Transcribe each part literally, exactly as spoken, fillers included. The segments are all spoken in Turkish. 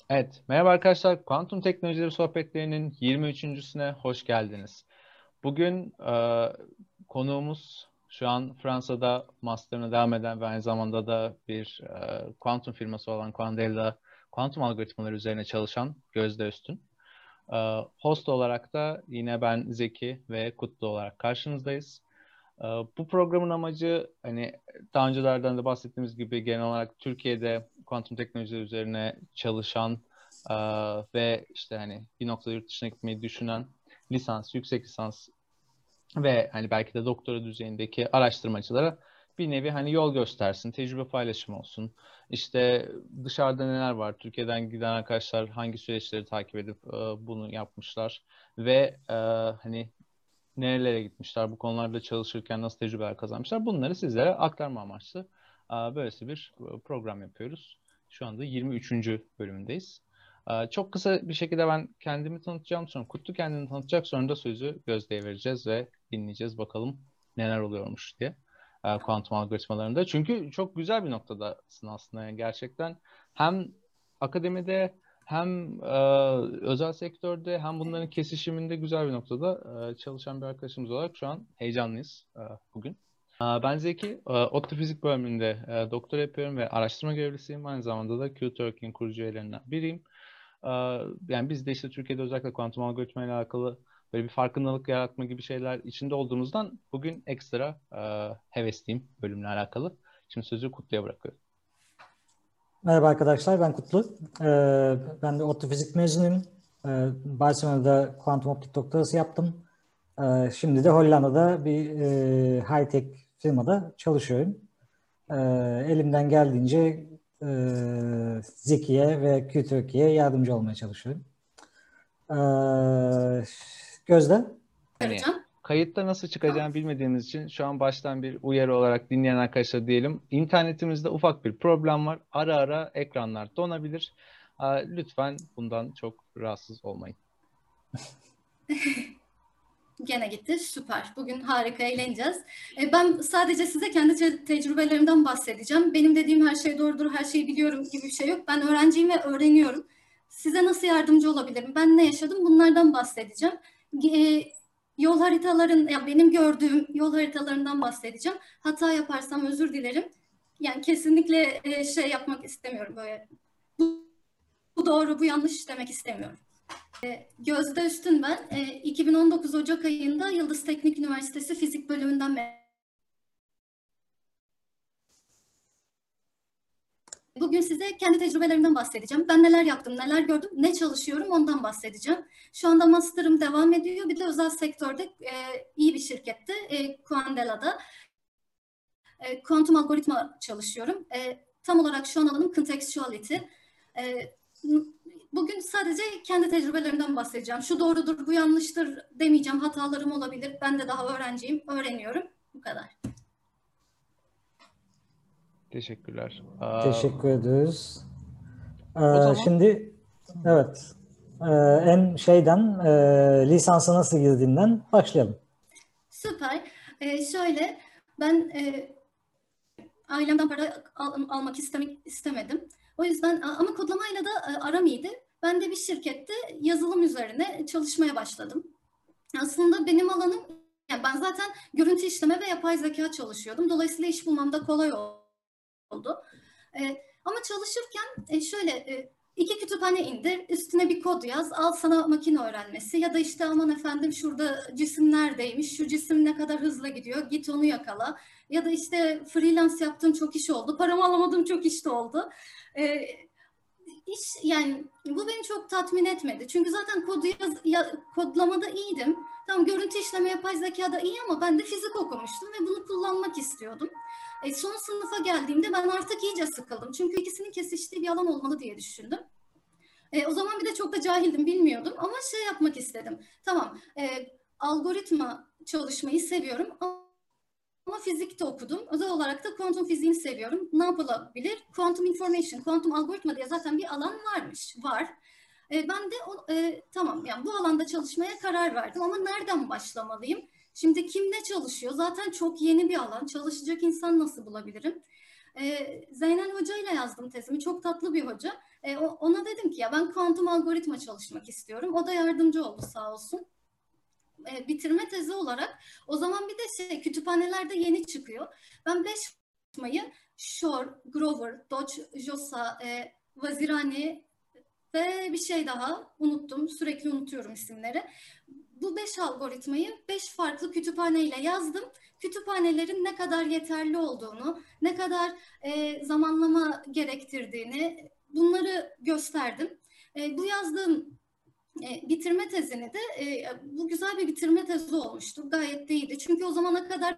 Evet, merhaba arkadaşlar. Kuantum teknolojileri sohbetlerinin yirmi üçüncüsüne hoş geldiniz. Bugün e, konuğumuz şu an Fransa'da master'ına devam eden ve aynı zamanda da bir e, kuantum firması olan Quandela kuantum algoritmaları üzerine çalışan Gözde Öztün. E, host olarak da yine ben Zeki ve Kutlu olarak karşınızdayız. Ee, Bu programın amacı hani daha öncelerden de bahsettiğimiz gibi genel olarak Türkiye'de kuantum teknolojileri üzerine çalışan e, ve işte hani bir noktada yurt dışına gitmeyi düşünen lisans, yüksek lisans ve hani belki de doktora düzeyindeki araştırmacılara bir nevi hani yol göstersin, tecrübe paylaşımı olsun. İşte dışarıda neler var, Türkiye'den giden arkadaşlar hangi süreçleri takip edip e, bunu yapmışlar ve e, hani nerelere gitmişler, bu konularda çalışırken nasıl tecrübeler kazanmışlar, bunları sizlere aktarma amaçlı böylesi bir program yapıyoruz. Şu anda yirmi üçüncü bölümündeyiz. Çok kısa bir şekilde ben kendimi tanıtacağım, sonra Kutlu kendini tanıtacak, sonra da sözü Gözde'ye vereceğiz ve dinleyeceğiz bakalım neler oluyormuş diye kuantum algoritmalarında. Çünkü çok güzel bir noktadasın aslında yani gerçekten hem akademide hem e, özel sektörde hem bunların kesişiminde güzel bir noktada e, çalışan bir arkadaşımız olarak şu an heyecanlıyız e, bugün. E, ben Zeki, e, ODTÜ Fizik bölümünde e, doktora yapıyorum ve araştırma görevlisiyim. Aynı zamanda da Q-Turk'ün kurucu üyelerinden biriyim. E, Yani biz de işte Türkiye'de özellikle kuantum algoritma ile alakalı böyle bir farkındalık yaratma gibi şeyler içinde olduğumuzdan bugün ekstra e, hevesliyim bölümle alakalı. Şimdi sözü Kutlu'ya bırakıyorum. Merhaba arkadaşlar, ben Kutlu. Ee, ben de ODTÜ Fizik mezunuyum. Ee, Barcelona'da kuantum optik doktorası yaptım. Ee, şimdi de Hollanda'da bir e, high-tech firmada çalışıyorum. Ee, elimden geldiğince e, Zeki'ye ve Q-Turkey'ye yardımcı olmaya çalışıyorum. Ee, Gözde? Hani kayıtta nasıl çıkacağını bilmediğimiz için şu an baştan bir uyarı olarak dinleyen arkadaşlar diyelim. İnternetimizde ufak bir problem var. Ara ara ekranlar donabilir. Aa, Lütfen bundan çok rahatsız olmayın. Gene gitti. Süper. Bugün harika eğleneceğiz. E, ben sadece size kendi te- tecrübelerimden bahsedeceğim. Benim dediğim her şey doğrudur, her şeyi biliyorum gibi bir şey yok. Ben öğrenciyim ve öğreniyorum. Size nasıl yardımcı olabilirim? Ben ne yaşadım? Bunlardan bahsedeceğim. E, yol haritaların, yani benim gördüğüm yol haritalarından bahsedeceğim. Hata yaparsam özür dilerim. Yani kesinlikle e, şey yapmak istemiyorum böyle. Bu, bu doğru, bu yanlış demek istemiyorum. Gözde Üstün ben. E, iki bin on dokuz Ocak ayında Yıldız Teknik Üniversitesi Fizik Bölümünden mezun. Bugün size kendi tecrübelerimden bahsedeceğim. Ben neler yaptım, neler gördüm, ne çalışıyorum ondan bahsedeceğim. Şu anda master'ım devam ediyor. Bir de özel sektörde e, iyi bir şirkette, e, Quandela'da e, kuantum algoritma çalışıyorum. E, tam olarak şu an alanım contextuality. E, Bugün sadece kendi tecrübelerimden bahsedeceğim. Şu doğrudur, bu yanlıştır demeyeceğim. Hatalarım olabilir. Ben de daha öğrenciyim, öğreniyorum. Bu kadar. Teşekkürler. Aa, Teşekkür ederiz. o Ee, zaman şimdi, evet, ee, en şeyden, e, lisansa nasıl girdiğinden başlayalım. Süper. E, şöyle, ben e, ailemden para al, almak istemek istemedim. O yüzden ama kodlamayla da e, aram iyiydi. Ben de bir şirkette yazılım üzerine çalışmaya başladım. Aslında benim alanım, yani ben zaten görüntü işleme ve yapay zeka çalışıyordum. Dolayısıyla iş bulmam da kolay oldu. E, ama çalışırken e, şöyle e, iki kütüphane indir, üstüne bir kod yaz, al sana makine öğrenmesi ya da işte aman efendim şurada cisim neredeymiş, şu cisim ne kadar hızlı gidiyor, git onu yakala. Ya da işte freelance yaptığım çok iş oldu, paramı alamadığım çok iş de oldu. E, iş yani bu beni çok tatmin etmedi. Çünkü zaten kodu yaz, ya, kodlamada iyiydim. Tamam görüntü işleme yapay zekada iyi ama ben de fizik okumuştum ve bunu kullanmak istiyordum. E, son sınıfa geldiğimde ben artık iyice sıkıldım. Çünkü ikisinin kesiştiği bir alan olmalı diye düşündüm. E, o zaman bir de çok da cahildim, bilmiyordum ama şey yapmak istedim. Tamam, e, algoritma çalışmayı seviyorum ama ama fizikte okudum. Özel olarak da kuantum fiziğini seviyorum. Ne yapılabilir? Quantum information, kuantum algoritma diye zaten bir alan varmış, var. E, ben de o, e, tamam yani bu alanda çalışmaya karar verdim ama nereden başlamalıyım? Şimdi kim ne çalışıyor? Zaten çok yeni bir alan. Çalışacak insan nasıl bulabilirim? E, Zeynel Hoca ile yazdım tezimi. Çok tatlı bir hoca. E, ona dedim ki ya ben kuantum algoritma çalışmak istiyorum. O da yardımcı oldu sağ olsun. E, bitirme tezi olarak o zaman bir de şey kütüphanelerde yeni çıkıyor. Ben beş algoritmayı Shor, Grover, Dodge, Josa, e, Vazirani ve bir şey daha unuttum. Sürekli unutuyorum isimleri. Bu beş algoritmayı beş farklı kütüphaneyle yazdım. Kütüphanelerin ne kadar yeterli olduğunu, ne kadar e, zamanlama gerektirdiğini bunları gösterdim. E, bu yazdığım e, bitirme tezini de e, bu güzel bir bitirme tezi olmuştu. Gayet de iyiydi. Çünkü o zamana kadar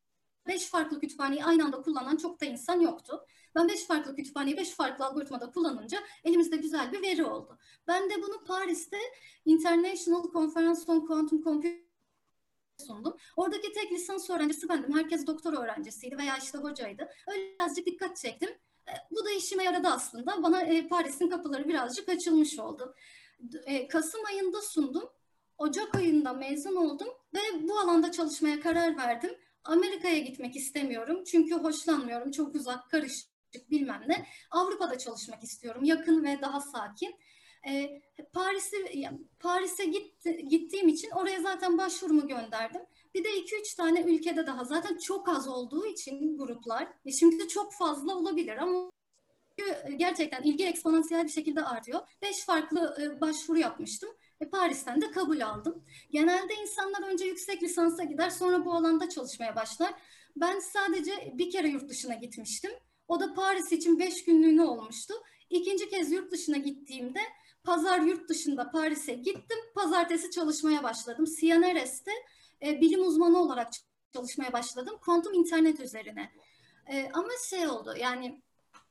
beş farklı kütüphaneyi aynı anda kullanan çok da insan yoktu. Ben beş farklı kütüphaneyi beş farklı algoritmada kullanınca elimizde güzel bir veri oldu. Ben de bunu Paris'te International Conference on Quantum Computing sundum. Oradaki tek lisans öğrencisi bendim. Herkes doktor öğrencisiydi veya işte hocaydı. Öyle birazcık dikkat çektim. E, bu da işime yaradı aslında. Bana e, Paris'in kapıları birazcık açılmış oldu. E, Kasım ayında sundum. Ocak ayında mezun oldum ve bu alanda çalışmaya karar verdim. Amerika'ya gitmek istemiyorum. Çünkü hoşlanmıyorum. Çok uzak, karışık bilmem ne. Avrupa'da çalışmak istiyorum. Yakın ve daha sakin. E, Paris'e Paris'e gitti, gittiğim için oraya zaten başvurumu gönderdim. Bir de iki üç tane ülkede daha zaten çok az olduğu için gruplar. E şimdi de çok fazla olabilir ama gerçekten ilgi eksponansiyel bir şekilde artıyor. Beş farklı e, başvuru yapmıştım. E, Paris'ten de kabul aldım. Genelde insanlar önce yüksek lisansa gider, sonra bu alanda çalışmaya başlar. Ben sadece bir kere yurt dışına gitmiştim. O da Paris için beş günlüğüne olmuştu. İkinci kez yurt dışına gittiğimde pazar yurt dışında Paris'e gittim. Pazartesi çalışmaya başladım. C N R S'te e, bilim uzmanı olarak çalışmaya başladım. Kuantum internet üzerine. E, ama şey oldu yani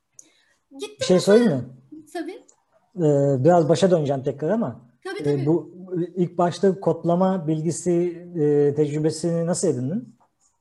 gittim. Bir şey söyleyeyim mi? Tabii. Ee, biraz başa döneceğim tekrar ama tabii, tabii. E, bu ilk başta kodlama bilgisi e, tecrübesini nasıl edindin?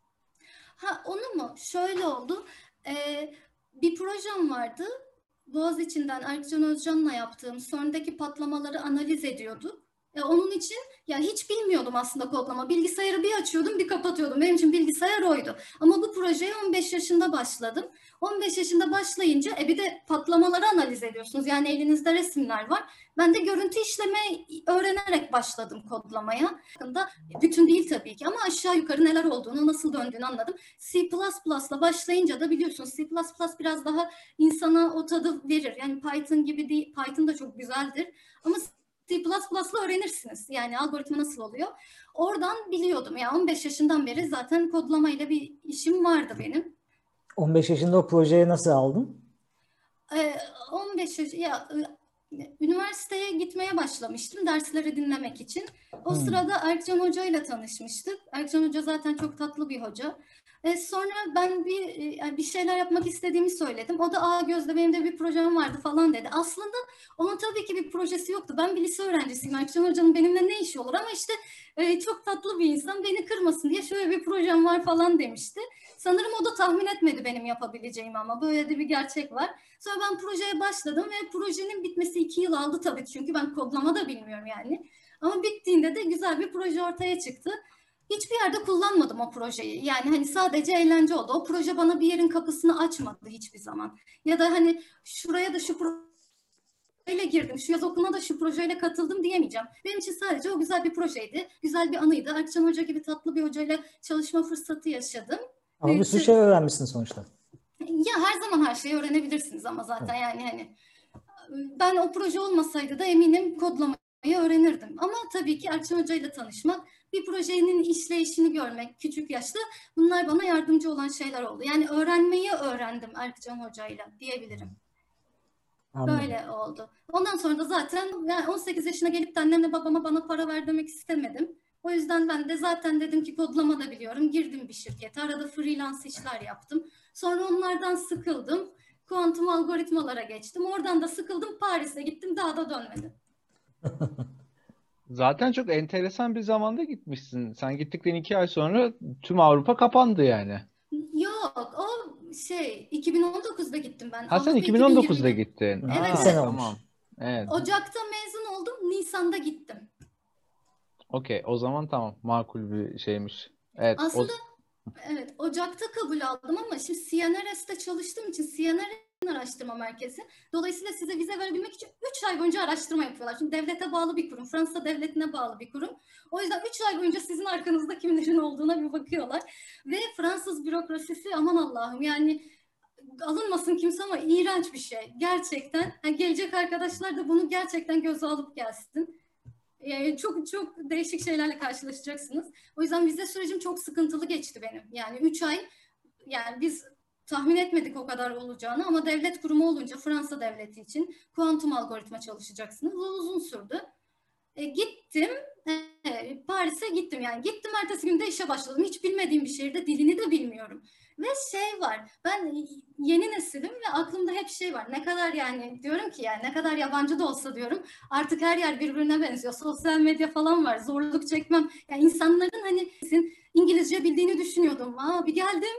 Ha onu mu? Şöyle oldu. Ee, bir projem vardı. Boğaziçi'nden Erkcan Özcan'la yaptığım sonraki patlamaları analiz ediyorduk. E, onun için ya hiç bilmiyordum aslında kodlama. Bilgisayarı bir açıyordum, bir kapatıyordum. Benim için bilgisayar oydu. Ama bu projeye on beş yaşında başladım. on beş yaşında başlayınca e bir de patlamaları analiz ediyorsunuz. Yani elinizde resimler var. Ben de görüntü işleme öğrenerek başladım kodlamaya. Bütün değil tabii ki ama aşağı yukarı neler olduğunu, nasıl döndüğünü anladım. C plus plus'la başlayınca da biliyorsunuz C plus plus biraz daha insana o tadı verir. Yani Python gibi değil. Python da çok güzeldir. Ama C plus plus'la öğrenirsiniz. Yani algoritma nasıl oluyor? Oradan biliyordum. Yani on beş yaşından beri zaten kodlamayla bir işim vardı benim. on beş yaşında o projeyi nasıl aldın? Ee, on beş yaş ya üniversiteye gitmeye başlamıştım dersleri dinlemek için. O hmm. sırada Erkcan Hoca ile tanışmıştık. Erkcan Hoca zaten çok tatlı bir hoca. Ee, sonra ben bir bir şeyler yapmak istediğimi söyledim. O da aa Gözde benim de bir projem vardı falan dedi. Aslında onun tabii ki bir projesi yoktu. Ben bir lise öğrencisiyim. Erkcan Hoca'nın benimle ne işi olur ama işte e, çok tatlı bir insan beni kırmasın diye şöyle bir projem var falan demişti. Sanırım o da tahmin etmedi benim yapabileceğimi ama böyle de bir gerçek var. Sonra ben projeye başladım ve projenin bitmesi iki yıl aldı tabii çünkü ben kodlama da bilmiyorum yani. Ama bittiğinde de güzel bir proje ortaya çıktı. Hiçbir yerde kullanmadım o projeyi. Yani hani sadece eğlence oldu. O proje bana bir yerin kapısını açmadı hiçbir zaman. Ya da hani şuraya da şu projeyle girdim, şu yaz okuluna da şu projeyle katıldım diyemeyeceğim. Benim için sadece o güzel bir projeydi. Güzel bir anıydı. Erkcan Hoca gibi tatlı bir hocayla çalışma fırsatı yaşadım. Ama bir sürü şey öğrenmişsin sonuçta. Ya her zaman her şeyi öğrenebilirsiniz ama zaten evet. Yani hani ben o proje olmasaydı da eminim kodlamayı öğrenirdim. Ama tabii ki Erkcan Hoca ile tanışmak, bir projenin işleyişini görmek küçük yaşta bunlar bana yardımcı olan şeyler oldu. Yani öğrenmeyi öğrendim Erkcan Hoca ile diyebilirim. Anladım. Böyle oldu. Ondan sonra da zaten yani on sekiz yaşına gelip de annemle babama bana para ver demek istemedim. O yüzden ben de zaten dedim ki kodlama da biliyorum. Girdim bir şirkete. Arada freelance işler yaptım. Sonra onlardan sıkıldım. Kuantum algoritmalara geçtim. Oradan da sıkıldım. Paris'e gittim. Daha da dönmedim. Zaten çok enteresan bir zamanda gitmişsin. Sen gittikten iki ay sonra tüm Avrupa kapandı yani. Yok. O şey iki bin on dokuzda gittim ben. Ha sen iki bin on dokuzda gittin. Evet. Ha, evet. Tamam. Evet. Ocak'ta mezun oldum. Nisan'da gittim. Okey. O zaman tamam. Makul bir şeymiş. Evet. Aslında o... Evet, Ocak'ta kabul aldım ama şimdi C N R S'te çalıştığım için C N R S'in araştırma merkezi. Dolayısıyla size vize verebilmek için üç ay boyunca araştırma yapıyorlar. Şimdi devlete bağlı bir kurum, Fransa devletine bağlı bir kurum. O yüzden üç ay boyunca sizin arkanızda kimlerin olduğuna bir bakıyorlar. Ve Fransız bürokrasisi aman Allah'ım yani alınmasın kimse ama iğrenç bir şey. Gerçekten. Yani gelecek arkadaşlar da bunu gerçekten göze alıp gelsin. Yani çok çok değişik şeylerle karşılaşacaksınız. O yüzden vize sürecim çok sıkıntılı geçti benim. Yani üç ay, yani biz tahmin etmedik o kadar olacağını ama devlet kurumu olunca Fransa devleti için kuantum algoritma çalışacaksınız. O uzun sürdü. E, gittim, e, Paris'e gittim yani. Gittim, ertesi günde işe başladım. Hiç bilmediğim bir şehirde, dilini de bilmiyorum. Ve şey var, ben yeni nesilim ve aklımda hep şey var. Ne kadar yani diyorum ki yani ne kadar yabancı da olsa diyorum. Artık her yer birbirine benziyor. Sosyal medya falan var. Zorluk çekmem. Yani insanların hani İngilizce bildiğini düşünüyordum. Aa, bir geldim.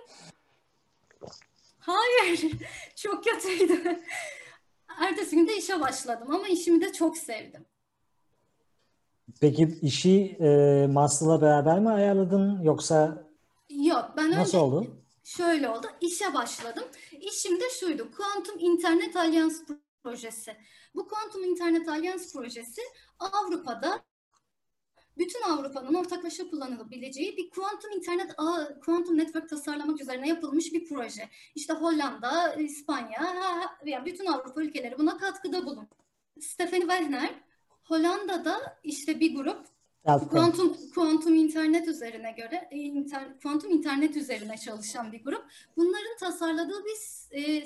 Hayır, çok kötüydü. Ertesi günde işe başladım ama işimi de çok sevdim. Peki işi e, master'la beraber mi ayarladın yoksa Yok, ben nasıl önce oldu? şöyle oldu. İşe başladım. İşim de şuydu. Kuantum İnternet Alyans projesi. Bu Kuantum İnternet Alyans projesi Avrupa'da bütün Avrupa'nın ortaklaşa kullanılabileceği bir kuantum internet ağı, kuantum network tasarlamak üzerine yapılmış bir proje. İşte Hollanda, İspanya, yani bütün Avrupa ülkeleri buna katkıda bulundu. Stephanie Wagner, Hollanda'da işte bir grup kuantum kuantum internet üzerine göre inter, kuantum internet üzerine çalışan bir grup. Bunların tasarladığı bir e,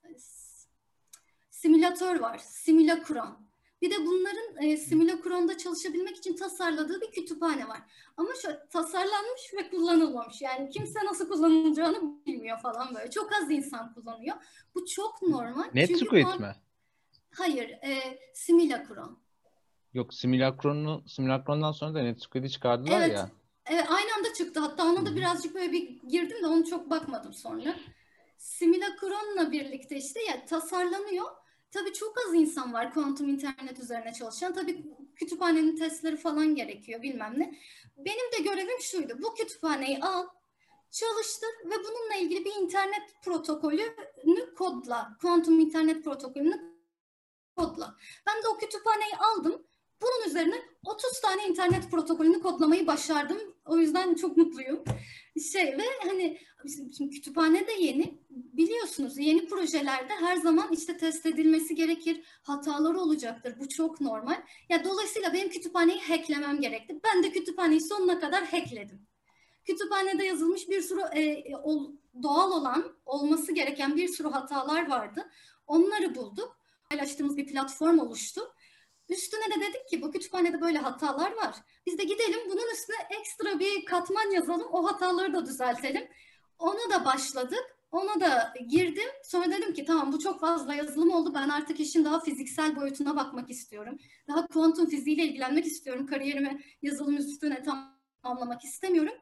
simülatör var, Simulacron. Bir de bunların e, Simulacron'da çalışabilmek için tasarladığı bir kütüphane var. Ama şu tasarlanmış ve kullanılmamış. Yani kimse nasıl kullanılacağını bilmiyor falan böyle. Çok az insan kullanıyor. Bu çok normal. Çünkü NetSuite mi? Hayır, e, Simulacron. Yok, simülakronu, simülakrondan sonra da NetSuite'i çıkardılar Evet, ya. evet, aynı anda çıktı. Hatta ona da Hı-hı. birazcık böyle bir girdim de onu çok bakmadım sonra. Simulacron'la birlikte işte ya tasarlanıyor. Tabii çok az insan var kuantum internet üzerine çalışan. Tabii kütüphanenin testleri falan gerekiyor bilmem ne. Benim de görevim şuydu. Bu kütüphaneyi al, çalıştır ve bununla ilgili bir internet protokolünü kodla. Kuantum internet protokolünü kodla. Ben de o kütüphaneyi aldım. Bunun üzerine otuz tane internet protokolünü kodlamayı başardım. O yüzden çok mutluyum. Şey ve hani şimdi kütüphane de yeni. Biliyorsunuz yeni projelerde her zaman işte test edilmesi gerekir. Hatalar olacaktır. Bu çok normal. Ya dolayısıyla benim kütüphaneyi hacklemem gerekti. Ben de kütüphaneyi sonuna kadar hackledim. Kütüphanede yazılmış bir sürü e, doğal olan, olması gereken bir sürü hatalar vardı. Onları bulduk. Paylaştığımız bir platform oluştu. Üstüne de dedik ki bu kütüphanede böyle hatalar var. Biz de gidelim bunun üstüne ekstra bir katman yazalım. O hataları da düzeltelim. Ona da başladık. Ona da girdim. Sonra dedim ki tamam bu çok fazla yazılım oldu. Ben artık işin daha fiziksel boyutuna bakmak istiyorum. Daha kuantum fiziğiyle ilgilenmek istiyorum. Kariyerimi yazılım üstüne tamamlamak istemiyorum.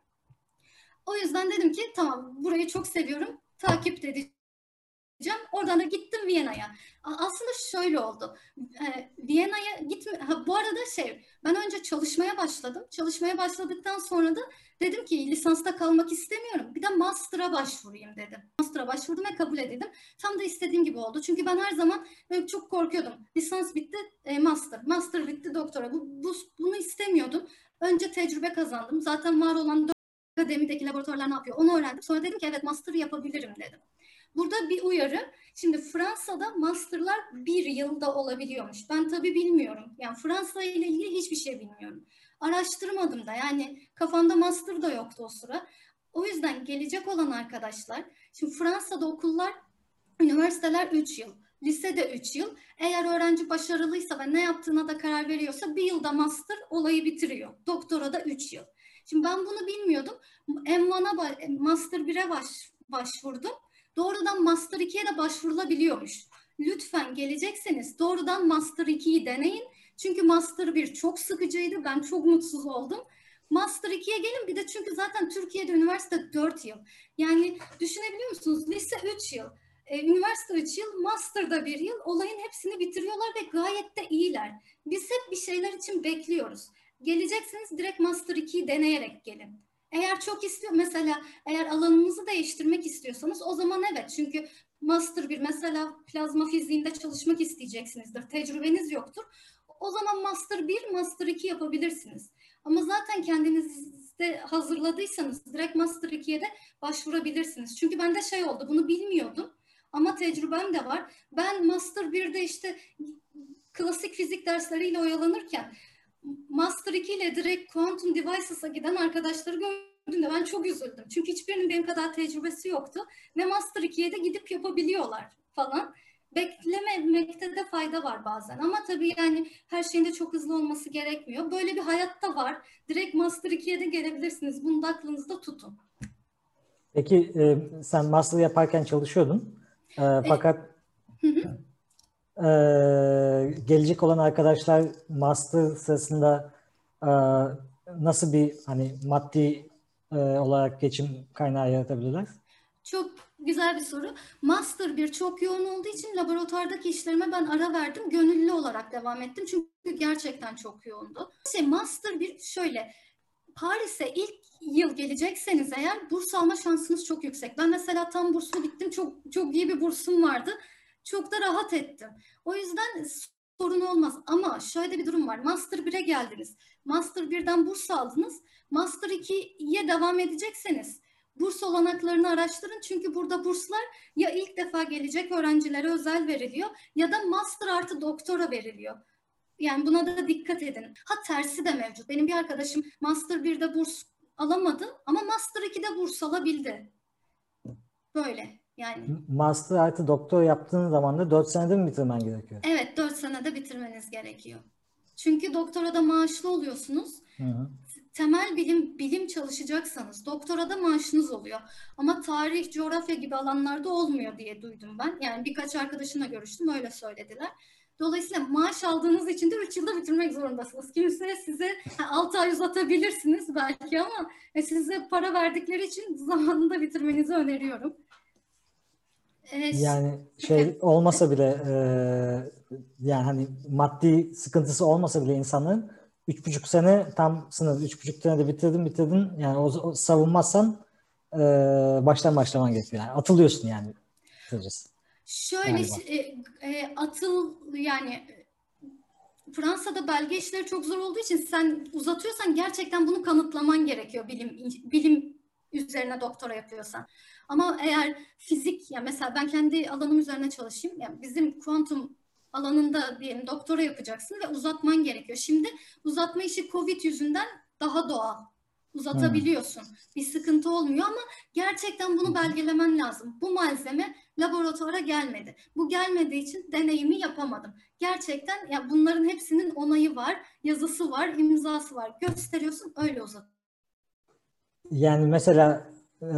O yüzden dedim ki tamam burayı çok seviyorum. Takip edeceğim. Oradan da gittim Viyana'ya. Aslında şöyle oldu. Ee, Viyana'ya gitme. Ha, bu arada şey, ben önce çalışmaya başladım. Çalışmaya başladıktan sonra da dedim ki lisansta kalmak istemiyorum. Bir de master'a başvurayım dedim. Master'a başvurdum ve kabul edildim. Tam da istediğim gibi oldu. Çünkü ben her zaman böyle çok korkuyordum. Lisans bitti, e, master. Master bitti, doktora. Bu, bu, bunu istemiyordum. Önce tecrübe kazandım. Zaten var olan akademideki laboratuvarlar ne yapıyor onu öğrendim. Sonra dedim ki evet master yapabilirim dedim. Burada bir uyarı. Şimdi Fransa'da masterlar bir yılda olabiliyormuş. Ben tabii bilmiyorum. Yani Fransa ile ilgili hiçbir şey bilmiyorum. Araştırmadım da. Yani kafamda master da yoktu o sıra. O yüzden gelecek olan arkadaşlar, şimdi Fransa'da okullar, üniversiteler üç yıl. Lisede üç yıl. Eğer öğrenci başarılıysa ve ne yaptığına da karar veriyorsa bir yılda master olayı bitiriyor. Doktora da üç yıl. Şimdi ben bunu bilmiyordum. M bir'e, Master bir'e baş, başvurdum. Doğrudan Master iki'ye de başvurulabiliyormuş. Lütfen gelecekseniz doğrudan Master iki'yi deneyin. Çünkü Master bir çok sıkıcıydı. Ben çok mutsuz oldum. Master iki'ye gelin bir de çünkü zaten Türkiye'de üniversite dört yıl. Yani düşünebiliyor musunuz? Lise üç yıl. Ee, üniversite üç yıl, master'da bir yıl, olayın hepsini bitiriyorlar ve gayet de iyiler. Biz hep bir şeyler için bekliyoruz. Geleceksiniz direkt Master iki'yi deneyerek gelin. Eğer çok istiyor mesela, eğer alanınızı değiştirmek istiyorsanız o zaman evet, çünkü Master bir mesela plazma fiziğinde çalışmak isteyeceksinizdir. Tecrübeniz yoktur. O zaman Master bir, Master iki yapabilirsiniz. Ama zaten kendinizde hazırladıysanız direkt Master ikiye de başvurabilirsiniz. Çünkü bende şey oldu, bunu bilmiyordum ama tecrübem de var. Ben Master birde işte klasik fizik dersleriyle oyalanırken Master iki ile direkt Quantum Devices'a giden arkadaşları gördüğümde ben çok üzüldüm. Çünkü hiçbirinin benim kadar tecrübesi yoktu. Ve Master ikiye de gidip yapabiliyorlar falan. Beklememekte de fayda var bazen. Ama tabii yani her şeyin de çok hızlı olması gerekmiyor. Böyle bir hayatta var. Direkt Master ikiye de gelebilirsiniz. Bunu da aklınızda tutun. Peki e, sen master yaparken çalışıyordun. E, fakat Hı hı. e, gelecek olan arkadaşlar master sırasında e, nasıl bir hani maddi e, olarak geçim kaynağı yaratabilirler? Çok güzel bir soru. Master bir çok yoğun olduğu için laboratuvardaki işlerime ben ara verdim. Gönüllü olarak devam ettim. Çünkü gerçekten çok yoğundu. Şey, Master bir şöyle, Paris'e ilk yıl gelecekseniz eğer burs alma şansınız çok yüksek. Ben mesela tam burslu gittim. Çok çok iyi bir bursum vardı. Çok da rahat ettim. O yüzden sorun olmaz. Ama şöyle bir durum var. Master bire geldiniz. Master birden burs aldınız. Master ikiye devam edecekseniz burs olanaklarını araştırın. Çünkü burada burslar ya ilk defa gelecek öğrencilere özel veriliyor ya da master artı doktora veriliyor. Yani buna da dikkat edin. Ha tersi de mevcut. Benim bir arkadaşım Master birde burs alamadı ama Master ikide burs alabildi. Böyle yani. Master artı doktor yaptığın zaman da dört senede mi bitirmen gerekiyor? Evet, dört senede bitirmeniz gerekiyor. Çünkü doktorada maaşlı oluyorsunuz. Hı hı. Temel bilim bilim çalışacaksanız doktorada maaşınız oluyor. Ama tarih, coğrafya gibi alanlarda olmuyor diye duydum ben. Yani birkaç arkadaşımla görüştüm, öyle söylediler. Dolayısıyla maaş aldığınız için de üç yılda bitirmek zorundasınız. Kimse size altı ay uzatabilirsiniz belki ama size para verdikleri için zamanında bitirmenizi öneriyorum. Ee, Yani şey olmasa bile e, yani hani maddi sıkıntısı olmasa bile insanların üç buçuk sene tam sınır. Üç buçuk senede bitirdin bitirdin. Yani o, o savunmazsan e, baştan başlaman gerekiyor. Yani atılıyorsun yani. Kısacası. Şöyle e, e, atıl yani Fransa'da belge işleri çok zor olduğu için sen uzatıyorsan gerçekten bunu kanıtlaman gerekiyor bilim bilim üzerine doktora yapıyorsan. Ama eğer fizik, ya mesela ben kendi alanım üzerine çalışayım. Yani bizim kuantum alanında diyelim doktora yapacaksın ve uzatman gerekiyor. Şimdi uzatma işi Covid yüzünden daha doğal. Uzatabiliyorsun. Hmm. Bir sıkıntı olmuyor ama gerçekten bunu belgelemen lazım. Bu malzeme laboratuvara gelmedi. Bu gelmediği için deneyimi yapamadım. Gerçekten ya bunların hepsinin onayı var, yazısı var, imzası var. Gösteriyorsun, öyle uzat. Yani mesela e,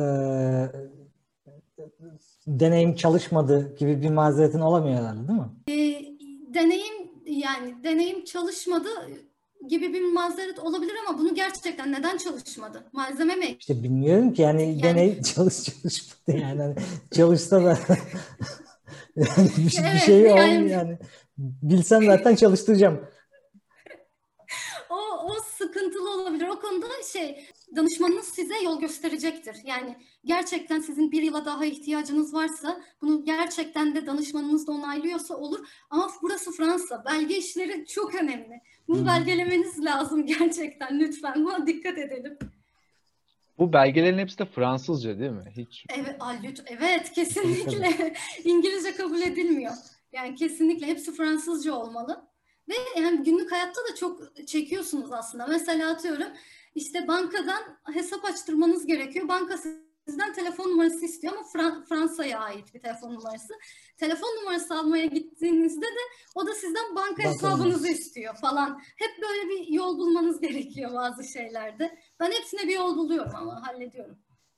deneyim çalışmadı gibi bir mazeretin olamıyor herhalde, değil mi? E, deneyim yani deneyim çalışmadı gibi bir mazeret olabilir ama bunu gerçekten neden çalışmadı? Malzeme mi? İşte bilmiyorum ki yani, yani deney çalış çalışmadı yani hani çalışsa da yani bir, evet, bir şey yani, olmuyor yani. Bilsem zaten çalıştıracağım. O, o sıkıntılı olabilir. O konuda şey, danışmanınız size yol gösterecektir. Yani gerçekten sizin bir yıla daha ihtiyacınız varsa, bunu gerçekten de danışmanınız da onaylıyorsa olur. Ama burası Fransa. Belge işleri çok önemli. Bunu hmm. belgelemeniz lazım gerçekten. Lütfen buna dikkat edelim. Bu belgelerin hepsi de Fransızca değil mi? Hiç. Evet, evet kesinlikle. İngilizce kabul edilmiyor. Yani kesinlikle hepsi Fransızca olmalı. Ve yani günlük hayatta da çok çekiyorsunuz aslında. Mesela atıyorum işte bankadan hesap açtırmanız gerekiyor. Banka sizden telefon numarası istiyor ama Fran- Fransa'ya ait bir telefon numarası. Telefon numarası almaya gittiğinizde de o da sizden banka Banka hesabınızı numarası istiyor falan. Hep böyle bir yol bulmanız gerekiyor bazı şeylerde. Ben hepsine bir yol buluyorum ama hallediyorum.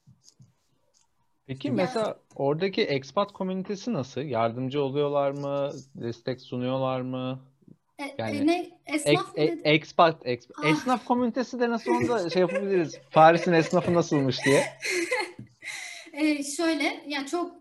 Peki mesela yani, oradaki expat komünitesi nasıl? Yardımcı oluyorlar mı? Destek sunuyorlar mı? Yani e, ne esnaf ek, e, expat, expat. Ah. Esnaf komünitesi de nasıl, onu da şey yapabiliriz. Paris'in esnafı nasılmış diye. e, şöyle yani çok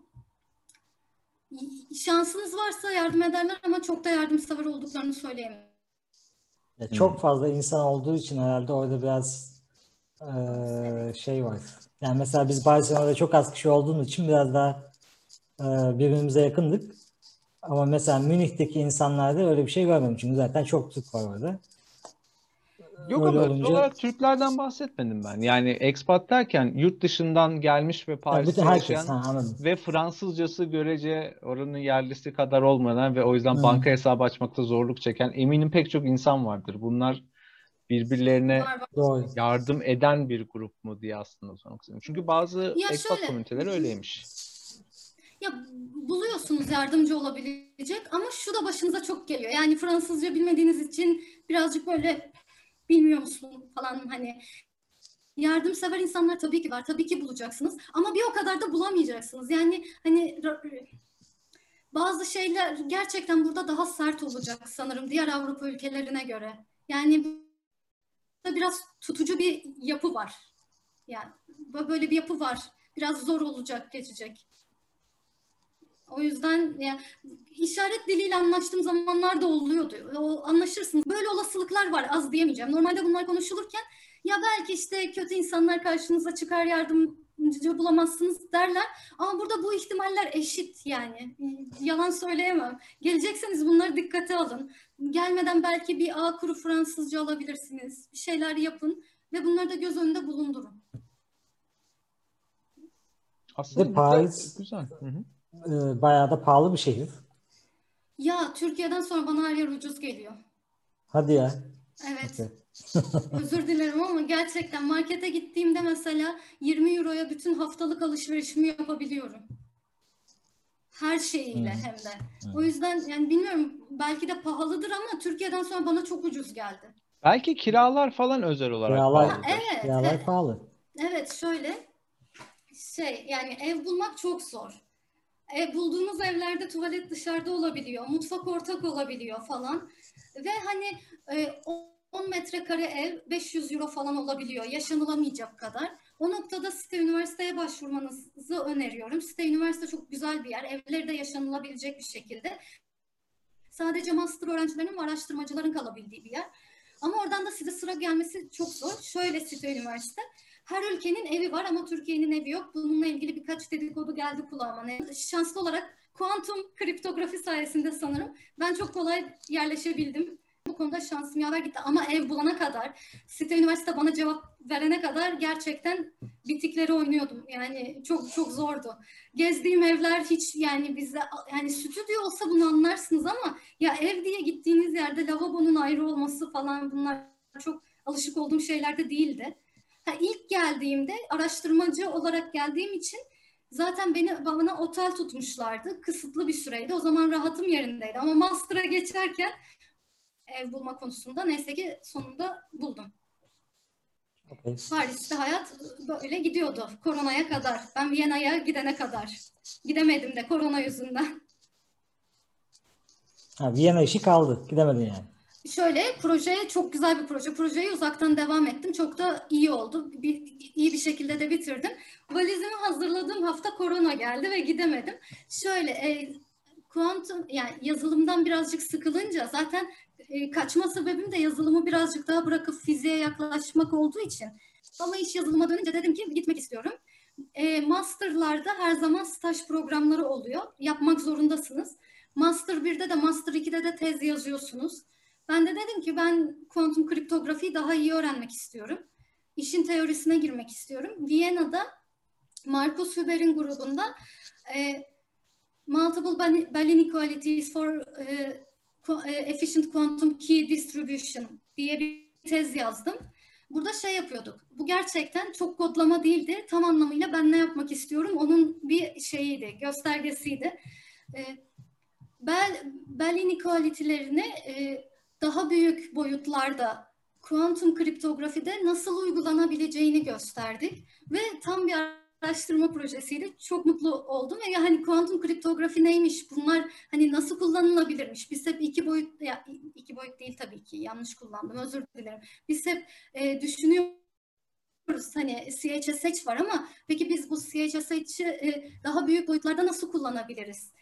şansınız varsa yardım ederler ama çok da yardımsever olduklarını söyleyemem. Ya çok fazla insan olduğu için herhalde orada biraz e, şey var. Yani mesela biz Barcelona'da çok az kişi olduğumuz için biraz daha e, birbirimize yakındık. Ama mesela Münih'teki insanlarda öyle bir şey görmedim. Çünkü zaten çok Türk var orada. Yok Öyle ama özel olunca olarak Türklerden bahsetmedim ben. Yani expat derken yurt dışından gelmiş ve ya bütün Paris'te herkes, ha, yaşayan anladım. ve Fransızcası görece oranın yerlisi kadar olmayan ve o yüzden Hmm. banka hesabı açmakta zorluk çeken eminim pek çok insan vardır. Bunlar birbirlerine Var var. Doğru. yardım eden bir grup mu diye aslında sormak istedim. Çünkü bazı Ya expat şöyle, komüniteler öyleymiş. ya buluyorsunuz yardımcı olabilecek ama şu da başınıza çok geliyor. Yani Fransızca bilmediğiniz için birazcık böyle bilmiyor musun falan, hani yardımsever insanlar tabii ki var. Tabii ki bulacaksınız ama bir o kadar da bulamayacaksınız. Yani hani bazı şeyler gerçekten burada daha sert olacak sanırım diğer Avrupa ülkelerine göre. Yani burada biraz tutucu bir yapı var. Yani böyle bir yapı var. Biraz zor olacak, geçecek. O yüzden ya, işaret diliyle anlaştığım zamanlar da oluyordu. O, anlaşırsınız. Böyle olasılıklar var, az diyemeyeceğim. Normalde bunlar konuşulurken ya belki işte kötü insanlar karşınıza çıkar, yardımcı bulamazsınız derler. Ama burada bu ihtimaller eşit yani. Yalan söyleyemem. Gelecekseniz bunları dikkate alın. Gelmeden belki bir A kuru Fransızca alabilirsiniz. Bir şeyler yapın ve bunları da göz önünde bulundurun. Aslında De güzel, Paris güzel. Hı hı. e, bayağı da pahalı bir şehir. Ya Türkiye'den sonra bana her yer ucuz geliyor. Hadi ya. Evet. Okay. Özür dilerim ama gerçekten markete gittiğimde mesela yirmi euroya bütün haftalık alışverişimi yapabiliyorum. Her şeyiyle Hmm. hem de. Hmm. O yüzden yani bilmiyorum, belki de pahalıdır ama Türkiye'den sonra bana çok ucuz geldi. Belki kiralar falan özel olarak Kiralar, Ha, pahalıdır. evet, kiralar evet, pahalı. evet şöyle şey yani ev bulmak çok zor. E, bulduğunuz evlerde tuvalet dışarıda olabiliyor, mutfak ortak olabiliyor falan. Ve hani e, on metrekare ev beş yüz euro falan olabiliyor, yaşanılamayacak kadar. O noktada Site Üniversiteye başvurmanızı öneriyorum. Site Üniversite çok güzel bir yer, evleri de yaşanılabilecek bir şekilde. Sadece master öğrencilerinin ve araştırmacıların kalabildiği bir yer. Ama oradan da size sıra gelmesi çok zor. Şöyle Site Üniversite. Her ülkenin evi var ama Türkiye'nin evi yok. Bununla ilgili birkaç dedikodu geldi kulağıma. Yani şanslı olarak kuantum kriptografi sayesinde sanırım ben çok kolay yerleşebildim. Bu konuda şansım yaver gitti. Ama ev bulana kadar, Site Üniversite bana cevap verene kadar gerçekten bitikleri oynuyordum. Yani çok çok zordu. Gezdiğim evler hiç yani bize yani stüdyo olsa bunu anlarsınız ama ya ev diye gittiğiniz yerde lavabonun ayrı olması falan, bunlar çok alışık olduğum şeyler de değildi. Ha, ilk geldiğimde araştırmacı olarak geldiğim için zaten beni bana otel tutmuşlardı. Kısıtlı bir süreydi. O zaman rahatım yerindeydi. Ama master'a geçerken ev bulma konusunda neyse ki sonunda buldum. Okay. Paris'te hayat böyle gidiyordu koronaya kadar. Ben Viyana'ya gidene kadar. Gidemedim de korona yüzünden. Ha, Viyana işi kaldı. Gidemedin yani. Şöyle, proje çok güzel bir proje. Projeyi uzaktan devam ettim. Çok da iyi oldu. Bir, iyi bir şekilde de bitirdim. Valizimi hazırladığım hafta korona geldi ve gidemedim. Şöyle, e, kuantum yani yazılımdan birazcık sıkılınca zaten e, kaçma sebebim de yazılımı birazcık daha bırakıp fiziğe yaklaşmak olduğu için. Ama iş yazılıma dönünce dedim ki gitmek istiyorum. E, master'larda her zaman staj programları oluyor. Yapmak zorundasınız. Master birde de Master ikide de tez yazıyorsunuz. Ben de dedim ki ben kuantum kriptografiyi daha iyi öğrenmek istiyorum. İşin teorisine girmek istiyorum. Viyana'da Markus Huber'in grubunda e, Multiple Bell Inequalities for e, Efficient Quantum Key Distribution diye bir tez yazdım. Burada şey yapıyorduk. Bu gerçekten çok kodlama değildi. Tam anlamıyla ben ne yapmak istiyorum onun bir şeyiydi, göstergesiydi. E, Bell, Bell inequality'lerini e, daha büyük boyutlarda kuantum kriptografide nasıl uygulanabileceğini gösterdik ve tam bir araştırma projesiydi. Çok mutlu oldum ve yani kuantum kriptografi neymiş, bunlar hani nasıl kullanılabilirmiş. Biz hep iki boyut, ya iki boyut değil tabii ki, yanlış kullandım, özür dilerim. Biz hep e, düşünüyoruz hani C H S H var ama peki biz bu C H S H'i e, daha büyük boyutlarda nasıl kullanabiliriz?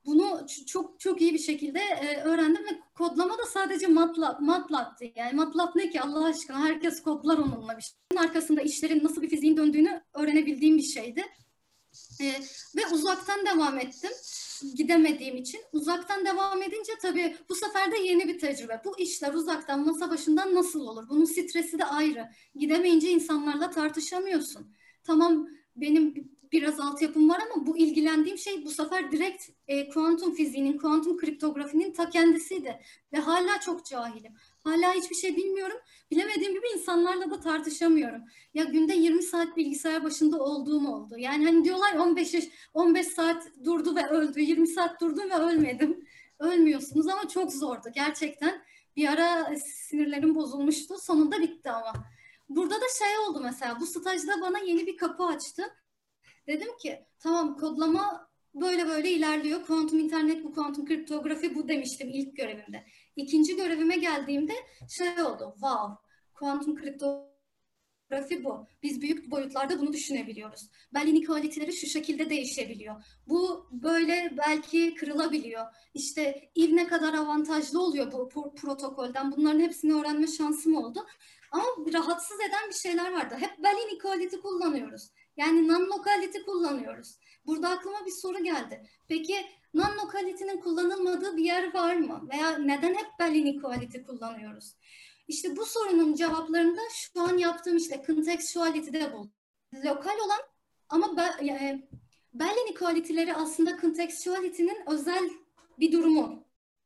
Bunu çok çok iyi bir şekilde e, öğrendim ve kodlama da sadece MATLAB, MATLAB'tı. Yani MATLAB ne ki Allah aşkına, herkes kodlar onunla bir şeyin arkasında işlerin nasıl bir fiziğin döndüğünü öğrenebildiğim bir şeydi. E, ve uzaktan devam ettim. Gidemediğim için. Uzaktan devam edince tabii bu sefer de yeni bir tecrübe. Bu işler uzaktan masa başından nasıl olur? Bunun stresi de ayrı. Gidemeyince insanlarla tartışamıyorsun. Tamam, benim biraz altyapım var ama bu ilgilendiğim şey bu sefer direkt e, kuantum fiziğinin, kuantum kriptografinin ta kendisiydi. Ve hala çok cahilim. Hala hiçbir şey bilmiyorum. Bilemediğim gibi insanlarla da tartışamıyorum. Ya günde yirmi saat bilgisayar başında olduğum oldu. Yani hani diyorlar on beş yaş, on beş saat durdu ve öldü. yirmi saat durdum ve ölmedim. Ölmüyorsunuz ama çok zordu gerçekten. Bir ara sinirlerim bozulmuştu. Sonunda bitti ama. Burada da şey oldu mesela. Bu stajda bana yeni bir kapı açtı. Dedim ki tamam, kodlama böyle böyle ilerliyor. Kuantum internet bu, kuantum kriptografi bu demiştim ilk görevimde. İkinci görevime geldiğimde şey oldu. Wow, kuantum kriptografi bu. Biz büyük boyutlarda bunu düşünebiliyoruz. Bell inequality'leri şu şekilde değişebiliyor. Bu böyle belki kırılabiliyor. İşte I V ne kadar avantajlı oluyor bu protokolden. Bunların hepsini öğrenme şansım oldu. Ama rahatsız eden bir şeyler vardı. Hep Bell inequality kullanıyoruz. Yani non-locality kullanıyoruz. Burada aklıma bir soru geldi. Peki non-locality'nin kullanılmadığı bir yer var mı? Veya neden hep Bell inequality kullanıyoruz? İşte bu sorunun cevaplarını da şu an yaptığım işte contextuality'de buldum. Lokal olan ama Bell, yani Bell inequality'leri aslında contextuality'nin özel bir durumu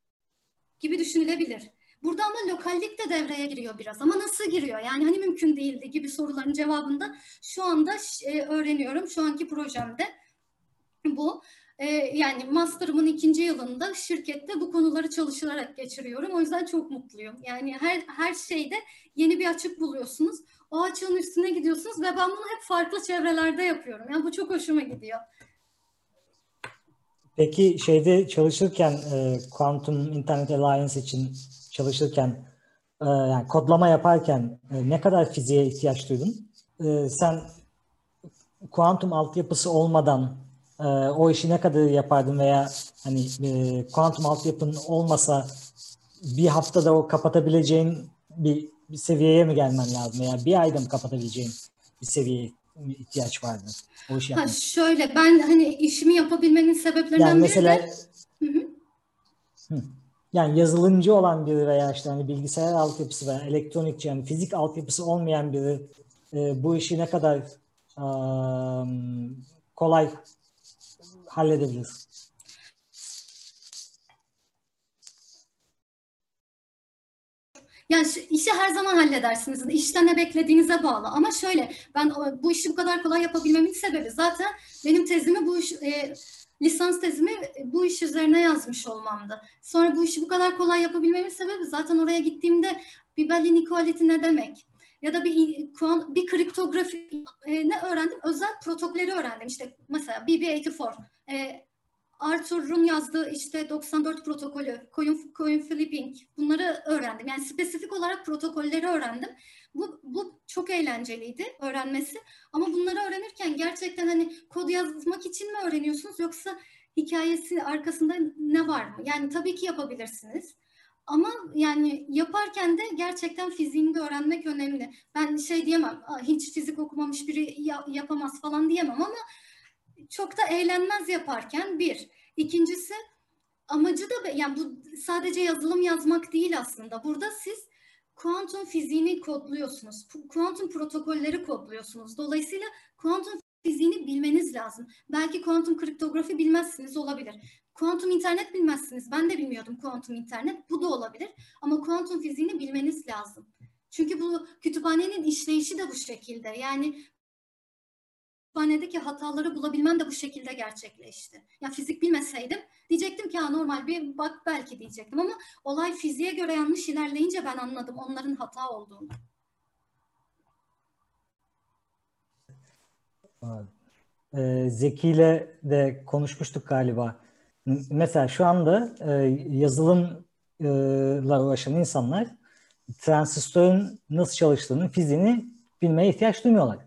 gibi düşünülebilir. Burada ama lokallik de devreye giriyor biraz. Ama nasıl giriyor? Yani hani mümkün değildi gibi soruların cevabında şu anda e, öğreniyorum. Şu anki projemde bu. E, yani master'ımın ikinci yılında şirkette bu konuları çalışarak geçiriyorum. O yüzden çok mutluyum. Yani her her şeyde yeni bir açık buluyorsunuz. O açığın üstüne gidiyorsunuz ve ben bunu hep farklı çevrelerde yapıyorum. Yani bu çok hoşuma gidiyor. Peki şeyde çalışırken e, Quantum Internet Alliance için çalışırken e, yani kodlama yaparken e, ne kadar fiziğe ihtiyaç duydun? E, sen kuantum altyapısı olmadan e, o işi ne kadar yapardın veya hani e, kuantum altyapın olmasa bir haftada o kapatabileceğin bir, bir seviyeye mi gelmen lazım veya bir ayda mı kapatabileceğin bir seviyeye ihtiyaç vardı o işi yapmak? Ha şöyle, ben hani işimi yapabilmenin sebeplerinden yani biri mesela, de hı hı. Hı. Yani yazılımcı olan biri veya işte hani bilgisayar altyapısı veya elektronikçi, yani fizik altyapısı olmayan biri e, bu işi ne kadar um, kolay halledebilir? Yani işi her zaman halledersiniz. İşten ne beklediğinize bağlı. Ama şöyle, ben bu işi bu kadar kolay yapabilmemin sebebi zaten benim tezimi bu iş, e, lisans tezimi bu iş üzerine yazmış olmamdı. Sonra bu işi bu kadar kolay yapabilmemin sebebi zaten oraya gittiğimde bir Bell inequality ne demek? Ya da bir bir kriptografi e, ne öğrendim? Özel protokolleri öğrendim. İşte mesela B B seksen dört. E, Arthur'un yazdığı işte doksan dört protokolü, coin, coin flipping, bunları öğrendim. Yani spesifik olarak protokolleri öğrendim. Bu, bu çok eğlenceliydi öğrenmesi. Ama bunları öğrenirken gerçekten hani kod yazmak için mi öğreniyorsunuz yoksa hikayesi arkasında ne var mı? Yani tabii ki yapabilirsiniz. Ama yani yaparken de gerçekten fiziğini de öğrenmek önemli. Ben şey diyemem, hiç fizik okumamış biri yapamaz falan diyemem ama çok da eğlenmez yaparken bir. İkincisi, amacı da yani bu sadece yazılım yazmak değil aslında. Burada siz kuantum fiziğini kodluyorsunuz. Kuantum protokolleri kodluyorsunuz. Dolayısıyla kuantum fiziğini bilmeniz lazım. Belki kuantum kriptografi bilmezsiniz, olabilir. Kuantum internet bilmezsiniz. Ben de bilmiyordum kuantum internet. Bu da olabilir. Ama kuantum fiziğini bilmeniz lazım. Çünkü bu kütüphanenin işleyişi de bu şekilde. Yani kütüphanedeki hataları bulabilmem de bu şekilde gerçekleşti. Ya fizik bilmeseydim diyecektim ki ha normal bir bak belki diyecektim ama olay fiziğe göre yanlış ilerleyince ben anladım onların hata olduğunu. Ee, Zeki ile de konuşmuştuk galiba. Mesela şu anda e, yazılımla uğraşan insanlar transistörün nasıl çalıştığını, fiziğini bilmeye ihtiyaç duymuyorlar.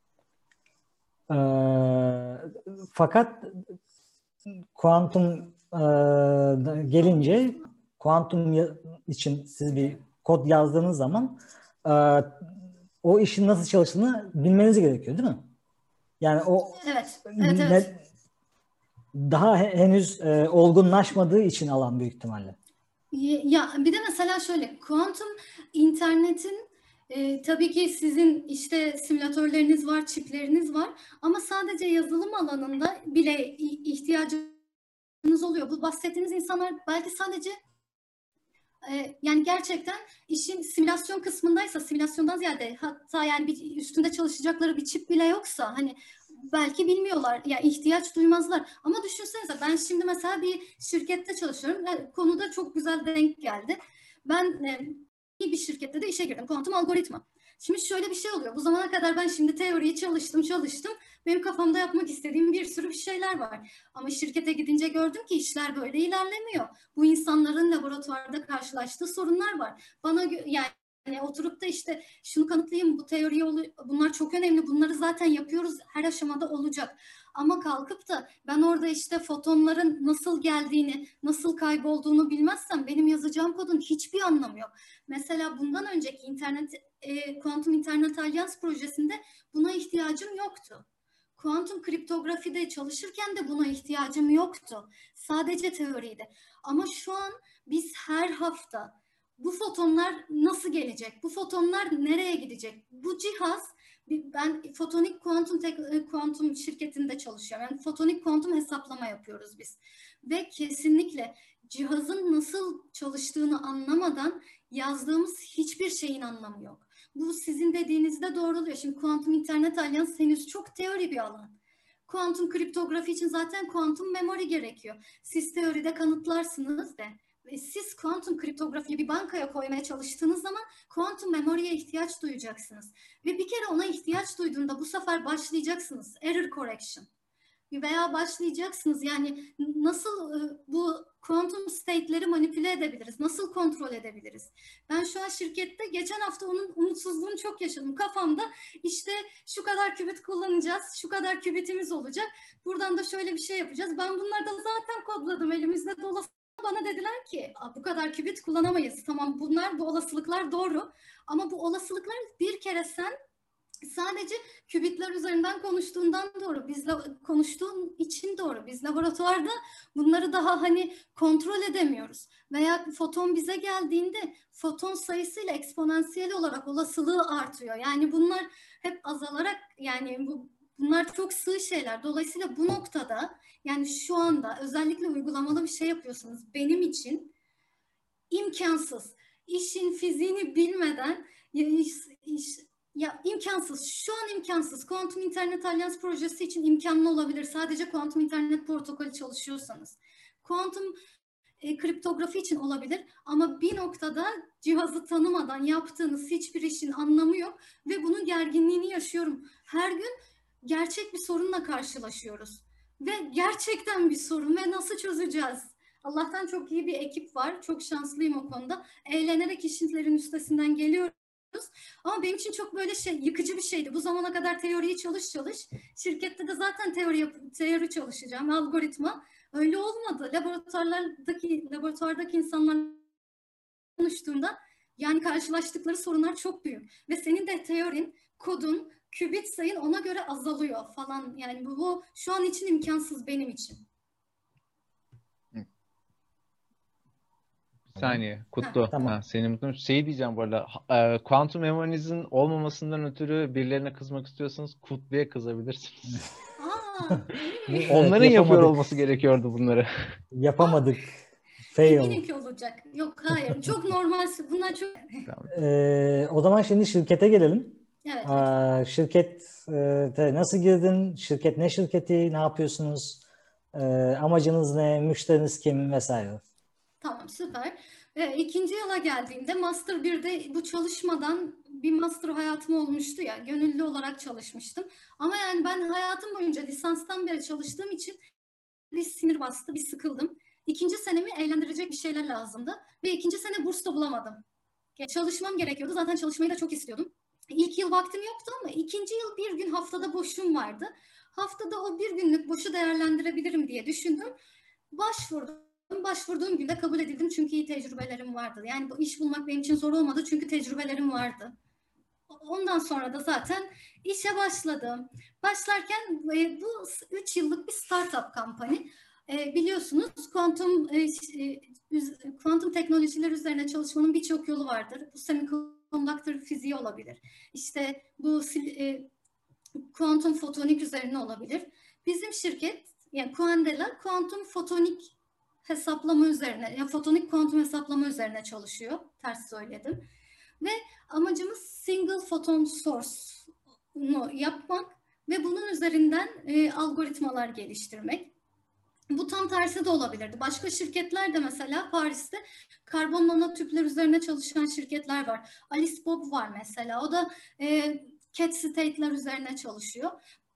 Ee, fakat kuantum e, gelince kuantum ya- için siz bir kod yazdığınız zaman e, o işin nasıl çalıştığını bilmeniz gerekiyor, değil mi? Yani o Evet, evet, ne, evet. daha he- henüz e, olgunlaşmadığı için alan büyük ihtimalle. Ya bir de mesela şöyle, kuantum internetin e, tabii ki sizin işte simülatörleriniz var, çipleriniz var ama sadece yazılım alanında bile i- ihtiyacınız oluyor. Bu bahsettiğiniz insanlar belki sadece e, yani gerçekten işin simülasyon kısmındaysa, simülasyondan ziyade hatta yani bir üstünde çalışacakları bir çip bile yoksa hani belki bilmiyorlar, ya yani ihtiyaç duymazlar. Ama düşünsenize, ben şimdi mesela bir şirkette çalışıyorum. Yani konuda çok güzel denk geldi. Ben e, iyi bir şirkette de işe girdim. Kuantum algoritma. Şimdi şöyle bir şey oluyor. Bu zamana kadar ben şimdi teoriyi çalıştım, çalıştım. Benim kafamda yapmak istediğim bir sürü bir şeyler var. Ama şirkete gidince gördüm ki işler böyle ilerlemiyor. Bu insanların laboratuvarda karşılaştığı sorunlar var. Bana yani yani oturup da işte şunu kanıtlayayım, bu teoriyi, bunlar çok önemli, bunları zaten yapıyoruz, her aşamada olacak. Ama kalkıp da ben orada işte fotonların nasıl geldiğini, nasıl kaybolduğunu bilmezsem benim yazacağım kodun hiçbir anlamı yok. Mesela bundan önceki internet, e, Kuantum İnternet Alyans projesinde buna ihtiyacım yoktu. Kuantum kriptografide çalışırken de buna ihtiyacım yoktu. Sadece teoriydi. Ama şu an biz her hafta bu fotonlar nasıl gelecek? Bu fotonlar nereye gidecek? Bu cihaz, ben fotonik kuantum tek, kuantum şirketinde çalışıyorum. Yani fotonik kuantum hesaplama yapıyoruz biz. Ve kesinlikle cihazın nasıl çalıştığını anlamadan yazdığımız hiçbir şeyin anlamı yok. Bu sizin dediğinizde doğruluyor. Şimdi Kuantum İnternet Alyans henüz çok teori bir alan. Kuantum kriptografi için zaten kuantum memori gerekiyor. Siz teoride kanıtlarsınız da siz kuantum kriptografiyi bir bankaya koymaya çalıştığınız zaman kuantum memoriye ihtiyaç duyacaksınız. Ve bir kere ona ihtiyaç duyduğunda bu sefer başlayacaksınız. Error correction. Veya başlayacaksınız. Yani nasıl bu kuantum state'leri manipüle edebiliriz? Nasıl kontrol edebiliriz? Ben şu an şirkette geçen hafta onun umutsuzluğunu çok yaşadım. Kafamda işte şu kadar kübit kullanacağız, şu kadar kübitimiz olacak. Buradan da şöyle bir şey yapacağız. Ben bunları da zaten kodladım, elimizde dolu. Bana dediler ki bu kadar kübit kullanamayız. Tamam, bunlar, bu olasılıklar doğru. Ama bu olasılıklar bir kere sen sadece kübitler üzerinden konuştuğundan doğru. Biz konuştuğun için doğru. Biz laboratuvarda bunları daha hani kontrol edemiyoruz. Veya foton bize geldiğinde foton sayısıyla eksponansiyel olarak olasılığı artıyor. Yani bunlar hep azalarak, yani bu bunlar çok sığ şeyler. Dolayısıyla bu noktada yani şu anda özellikle uygulamalı bir şey yapıyorsanız benim için imkansız. İşin fiziğini bilmeden iş, iş, ya imkansız. Şu an imkansız. Kuantum İnternet Alyans projesi için imkanlı olabilir. Sadece kuantum internet protokolü çalışıyorsanız. Kuantum e, kriptografi için olabilir. Ama bir noktada cihazı tanımadan yaptığınız hiçbir işin anlamı yok. Ve bunun gerginliğini yaşıyorum. Her gün gerçek bir sorunla karşılaşıyoruz. Ve gerçekten bir sorun ve nasıl çözeceğiz? Allah'tan çok iyi bir ekip var. Çok şanslıyım o konuda. Eğlenerek işlerin üstesinden geliyoruz. Ama benim için çok böyle şey, yıkıcı bir şeydi. Bu zamana kadar teoriyi çalış çalış. Şirkette de zaten teori teori çalışacağım, algoritma. Öyle olmadı. Laboratuvarlardaki laboratuvardaki insanlarla konuştuğumda yani karşılaştıkları sorunlar çok büyük. Ve senin de teorin, kodun, kübit sayın ona göre azalıyor falan. Yani bu, bu şu an için imkansız benim için. Bir saniye. Kutlu. Tamam. Ha, seni unuttum. Şey diyeceğim bu arada. E, kuantum memorinizin olmamasından ötürü birilerine kızmak istiyorsanız Kutlu'ya kızabilirsiniz. Aa, öyle mi? Onların Evet, yapıyor yapamadık. olması gerekiyordu bunları. Yapamadık. Fail. Eminim ki olacak. Yok, hayır. Çok normal. Bunlar çok... Tamam. Ee, o zaman şimdi şirkete gelelim. Evet. Aa, şirkete nasıl girdin? Şirket ne şirketi? Ne yapıyorsunuz? Ee, amacınız ne? Müşteriniz kim? Vesaire. Tamam, süper. E, ikinci yıla geldiğimde Master birde bu çalışmadan bir master hayatım olmuştu ya. Gönüllü olarak çalışmıştım. Ama yani ben hayatım boyunca lisanstan beri çalıştığım için bir sinir bastı, bir sıkıldım. İkinci senemi eğlendirecek bir şeyler lazımdı. Ve ikinci sene burs da bulamadım. Çalışmam gerekiyordu. Zaten çalışmayı da çok istiyordum. İlk yıl vaktim yoktu ama ikinci yıl bir gün haftada boşum vardı. Haftada o bir günlük boşu değerlendirebilirim diye düşündüm. Başvurdum. Başvurduğum günde kabul edildim çünkü iyi tecrübelerim vardı. Yani bu iş bulmak benim için zor olmadı çünkü tecrübelerim vardı. Ondan sonra da zaten işe başladım. Başlarken e, bu üç yıllık bir startup kampanya. E, biliyorsunuz kuantum e, kuantum teknolojiler üzerine çalışmanın birçok yolu vardır. Bu semiconductor fiziği olabilir. İşte bu e, kuantum fotonik üzerine olabilir. Bizim şirket yani Quandela kuantum fotonik hesaplama üzerine, yani fotonik kuantum hesaplama üzerine çalışıyor. Ters söyledim. Ve amacımız single photon source'unu yapmak ve bunun üzerinden e, algoritmalar geliştirmek. Bu tam tersi de olabilirdi. Başka şirketler de mesela Paris'te karbon nanotüpler üzerine çalışan şirketler var. Alice Bob var mesela. O da e, cat state'ler üzerine çalışıyor.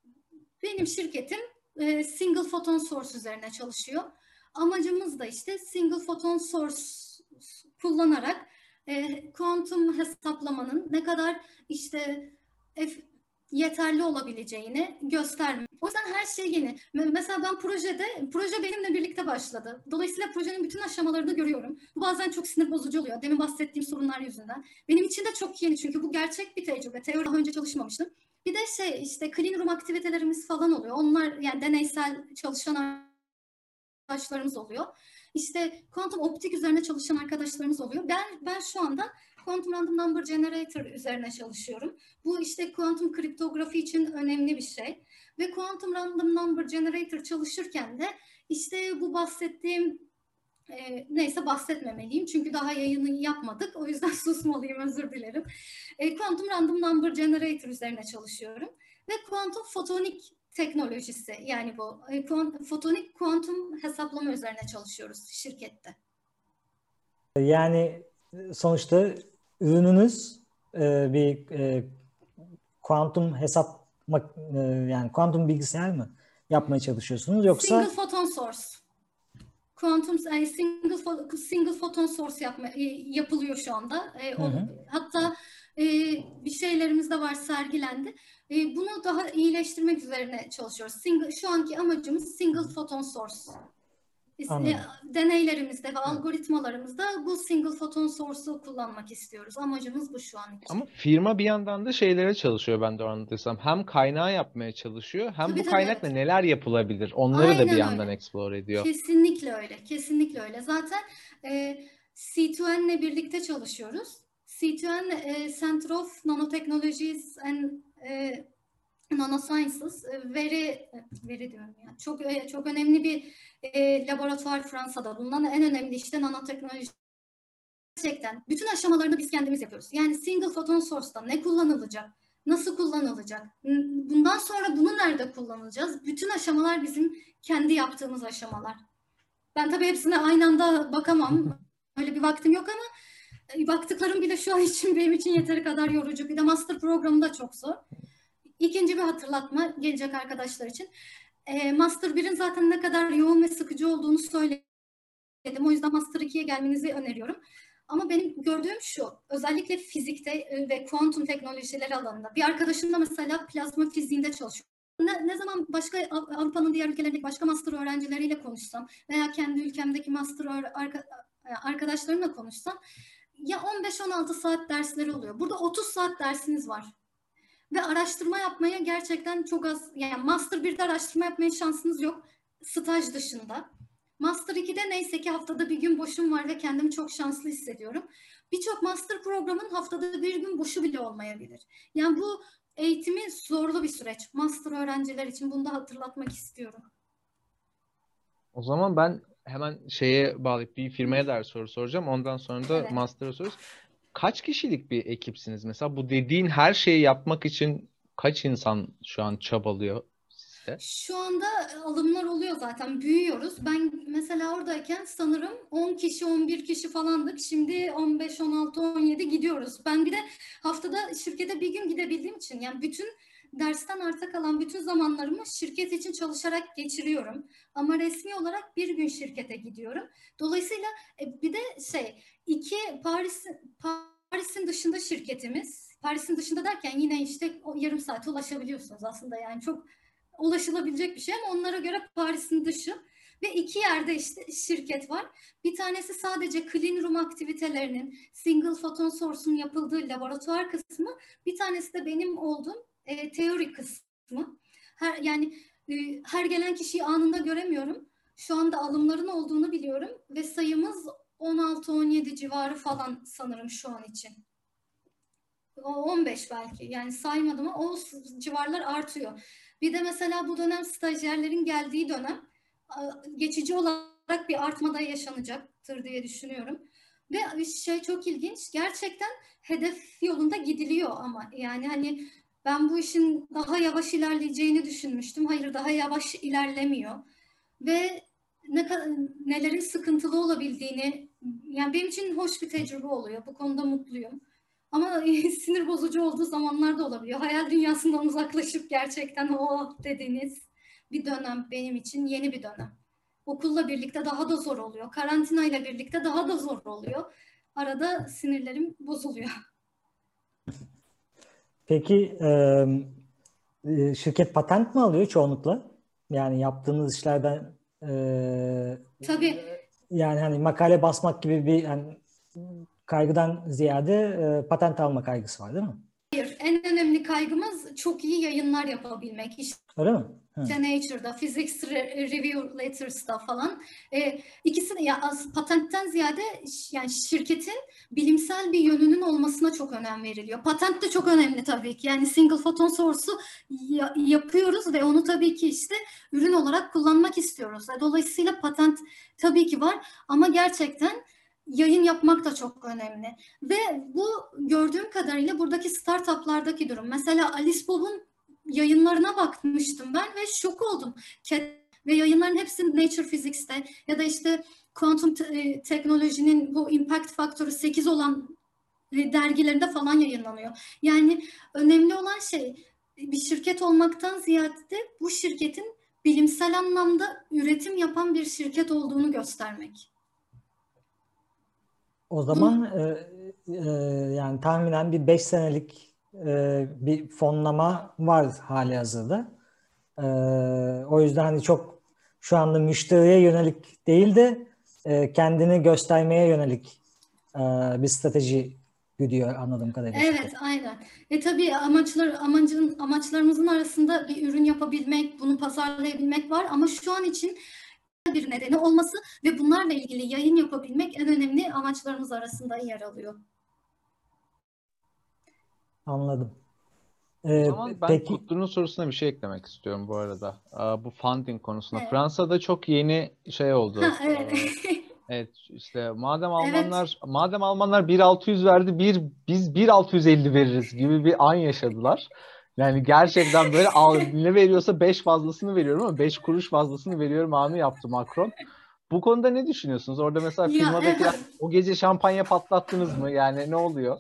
Benim şirketim e, single photon source üzerine çalışıyor. Amacımız da işte single photon source kullanarak e, kuantum hesaplamanın ne kadar işte e, yeterli olabileceğini göstermek. O yüzden her şey yeni. Mesela ben projede, proje benimle birlikte başladı. Dolayısıyla projenin bütün aşamalarını görüyorum. Bu bazen çok sinir bozucu oluyor. Demin bahsettiğim sorunlar yüzünden. Benim için de çok yeni çünkü bu gerçek bir tecrübe. Teori daha önce çalışmamıştım. Bir de şey işte clean room aktivitelerimiz falan oluyor. Onlar yani deneysel çalışan arkadaşlarımız oluyor. İşte kuantum optik üzerine çalışan arkadaşlarımız oluyor. Ben ben şu anda Quantum Random Number Generator üzerine çalışıyorum. Bu işte kuantum kriptografi için önemli bir şey. Ve Quantum Random Number Generator çalışırken de işte bu bahsettiğim e, neyse bahsetmemeliyim. Çünkü daha yayını yapmadık. O yüzden susmalıyım, özür dilerim. E, Quantum Random Number Generator üzerine çalışıyorum. Ve kuantum fotonik teknolojisi yani bu e, fotonik kuantum hesaplama üzerine çalışıyoruz şirkette. Yani sonuçta ürününüz e, bir e, kuantum hesap e, yani kuantum bilgisayar mı yapmaya çalışıyorsunuz yoksa single photon source kuantum yani single single photon source yapma, e, yapılıyor şu anda. E, o, hı hı. Hatta e, bir şeylerimiz de var, sergilendi. E, bunu daha iyileştirmek üzerine çalışıyoruz. Single, şu anki amacımız single photon source. Anladım. Deneylerimizde ve algoritmalarımızda bu single photon source'u kullanmak istiyoruz. Amacımız bu şu an için. Ama firma bir yandan da şeylere çalışıyor, ben de anlatırsam. Hem kaynağı yapmaya çalışıyor, hem tabii, bu kaynakla tabii, evet. neler yapılabilir onları Aynen da bir yandan öyle. explore ediyor. Kesinlikle öyle. Kesinlikle öyle. Zaten e, C iki N'le birlikte çalışıyoruz. C iki N e, Center of Nanotechnologies and e, Nanosciences veri veri diyorum ya. Çok çok önemli bir e, laboratuvar Fransa'da. Bundan en önemli işte nanoteknoloji. Gerçekten bütün aşamalarını biz kendimiz yapıyoruz. Yani single photon source'da ne kullanılacak? Nasıl kullanılacak? Bundan sonra bunu nerede kullanacağız? Bütün aşamalar bizim kendi yaptığımız aşamalar. Ben tabii hepsine aynı anda bakamam. Öyle bir vaktim yok ama baktıklarım bile şu an için benim için yeteri kadar yorucu. Bir de master programı da çok zor. İkinci bir hatırlatma gelecek arkadaşlar için. E, Master birin zaten ne kadar yoğun ve sıkıcı olduğunu söyledim. O yüzden Master ikiye gelmenizi öneriyorum. Ama benim gördüğüm şu, özellikle fizikte ve kuantum teknolojileri alanında. Bir arkadaşım da mesela plazma fiziğinde çalışıyor. Ne, ne zaman başka Avrupa'nın diğer ülkelerindeki başka master öğrencileriyle konuşsam veya kendi ülkemdeki master arka, arkadaşlarımla konuşsam ya on beş on altı saat dersleri oluyor. Burada otuz saat dersiniz var. Ve araştırma yapmaya gerçekten çok az, yani Master birde araştırma yapmaya şansınız yok staj dışında. Master ikide neyse ki haftada bir gün boşum var ve kendimi çok şanslı hissediyorum. Birçok master programın haftada bir gün boşu bile olmayabilir. Yani bu eğitimi zorlu bir süreç. Master öğrenciler için bunu da hatırlatmak istiyorum. O zaman ben hemen şeye bağlayıp bir firmaya da soru soracağım. Ondan sonra da evet. Master'a soruyoruz. Kaç kişilik bir ekipsiniz? Mesela bu dediğin her şeyi yapmak için kaç insan şu an çabalıyor sizde? Şu anda alımlar oluyor zaten. Büyüyoruz. Ben mesela oradayken sanırım on kişi, on bir kişi falandık. Şimdi on beş, on altı, on yedi gidiyoruz. Ben bir de haftada şirkete bir gün gidebildiğim için yani bütün dersten arta kalan bütün zamanlarımı şirket için çalışarak geçiriyorum. Ama resmi olarak bir gün şirkete gidiyorum. Dolayısıyla bir de şey iki Paris Paris'in dışında şirketimiz. Paris'in dışında derken yine işte o yarım saate ulaşabiliyorsunuz aslında. Yani çok ulaşılabilecek bir şey ama onlara göre Paris'in dışı. Ve iki yerde işte şirket var. Bir tanesi sadece clean room aktivitelerinin, single photon source'un yapıldığı laboratuvar kısmı. Bir tanesi de benim olduğum e, teori kısmı. Her, yani e, her gelen kişiyi anında göremiyorum. Şu anda alımların olduğunu biliyorum ve sayımız on altı on yedi civarı falan sanırım şu an için. on beş belki, yani saymadım ama o civarlar artıyor. Bir de mesela bu dönem stajyerlerin geldiği dönem geçici olarak bir artma da yaşanacaktır diye düşünüyorum. Ve şey çok ilginç, gerçekten hedef yolunda gidiliyor ama yani hani ben bu işin daha yavaş ilerleyeceğini düşünmüştüm. Hayır, daha yavaş ilerlemiyor. Ve ne kadar, nelerin sıkıntılı olabildiğini, yani benim için hoş bir tecrübe oluyor. Bu konuda mutluyum. Ama sinir bozucu olduğu zamanlar da olabiliyor. Hayal dünyasından uzaklaşıp gerçekten o dediğiniz bir dönem benim için yeni bir dönem. Okulla birlikte daha da zor oluyor. Karantinayla birlikte daha da zor oluyor. Arada sinirlerim bozuluyor. Peki e, şirket patent mi alıyor çoğunlukla? Yani yaptığınız işlerden e, Tabii. Yani hani makale basmak gibi bir yani kaygıdan ziyade e, patent alma kaygısı var değil mi? Hayır, en önemli kaygımız çok iyi yayınlar yapabilmek. İşte Öyle mi? Hı. Nature'da, Physics Review Letters'da falan. E, ikisi de ya az patentten ziyade yani şirketin bilimsel bir yönünün olmasına çok önem veriliyor. Patent de çok önemli tabii ki. Yani single photon source'u ya, yapıyoruz ve onu tabii ki işte ürün olarak kullanmak istiyoruz. Dolayısıyla patent tabii ki var ama gerçekten yayın yapmak da çok önemli. Ve bu gördüğüm kadarıyla buradaki startuplardaki durum. Mesela Alice Bob'un yayınlarına bakmıştım ben ve şok oldum. Ve yayınların hepsi Nature Physics'te ya da işte kuantum te- teknolojinin bu impact faktörü sekiz olan dergilerinde falan yayınlanıyor. Yani önemli olan şey bir şirket olmaktan ziyade bu şirketin bilimsel anlamda üretim yapan bir şirket olduğunu göstermek. O zaman e, e, yani tahminen bir beş senelik e, bir fonlama var hali hazırda. E, o yüzden hani çok şu anda müşteriye yönelik değil de e, kendini göstermeye yönelik e, bir strateji güdüyor anladığım kadarıyla. Evet, şirket. aynen. E tabii amaçlar, amacın, amaçlarımızın arasında bir ürün yapabilmek, bunu pazarlayabilmek var ama şu an için bir nedeni olması ve bunlarla ilgili yayın yapabilmek en önemli amaçlarımız arasında yer alıyor. Anladım. O Ee, zaman ben peki Kutlu'nun sorusuna bir şey eklemek istiyorum bu arada. Aa, bu funding konusunda. Evet. Fransa'da çok yeni şey oldu. Ha, evet. Aa, evet işte madem Evet. Almanlar madem Almanlar bin altı yüz verdi bir biz bin altı yüz elli veririz gibi bir an yaşadılar. Yani gerçekten böyle al, ne veriyorsa beş fazlasını veriyorum ama beş kuruş fazlasını veriyorum anı yaptı Macron. Bu konuda ne düşünüyorsunuz? Orada mesela Ya firmadakiler evet. o gece şampanya patlattınız mı? Yani ne oluyor?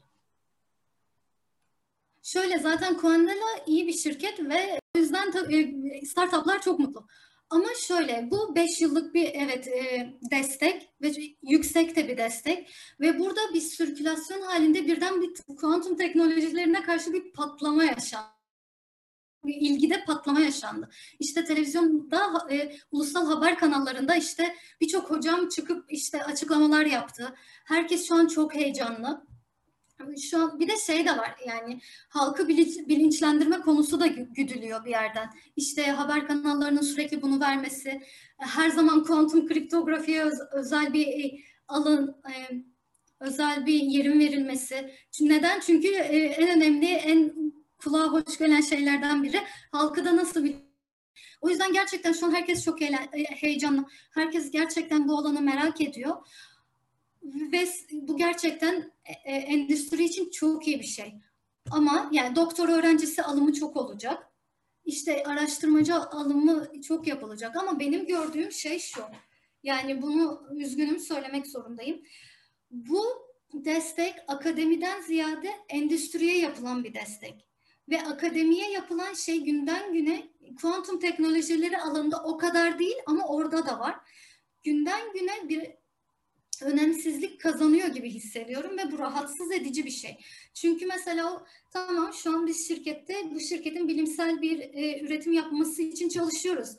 Şöyle zaten Quandela iyi bir şirket ve o yüzden tabii startuplar çok mutlu. Ama şöyle bu beş yıllık bir evet e, destek ve yüksek de bir destek ve burada bir sirkülasyon halinde birden bir kuantum teknolojilerine karşı bir patlama yaşandı. ilgide patlama yaşandı. İşte televizyonda, e, ulusal haber kanallarında işte birçok hocam çıkıp işte açıklamalar yaptı. Herkes şu an çok heyecanlı. Şu an bir de şey de var yani halkı bilinç, bilinçlendirme konusu da güdülüyor bir yerden. İşte haber kanallarının sürekli bunu vermesi, her zaman kuantum kriptografiye öz, özel bir alın, e, özel bir yerin verilmesi. Çünkü neden? Çünkü e, en önemli, en kulağa hoş gelen şeylerden biri halkı da nasıl bir... O yüzden gerçekten şu an herkes çok heyecanlı. Herkes gerçekten bu alanı merak ediyor. Ve bu gerçekten e, endüstri için çok iyi bir şey. Ama yani doktor öğrencisi alımı çok olacak. İşte araştırmacı alımı çok yapılacak. Ama benim gördüğüm şey şu. Yani bunu üzgünüm söylemek zorundayım. Bu destek akademiden ziyade endüstriye yapılan bir destek. Ve akademiye yapılan şey günden güne kuantum teknolojileri alanında o kadar değil ama orada da var. Günden güne bir önemsizlik kazanıyor gibi hissediyorum ve bu rahatsız edici bir şey. Çünkü mesela o, tamam şu an biz şirkette bu şirketin bilimsel bir e, üretim yapması için çalışıyoruz.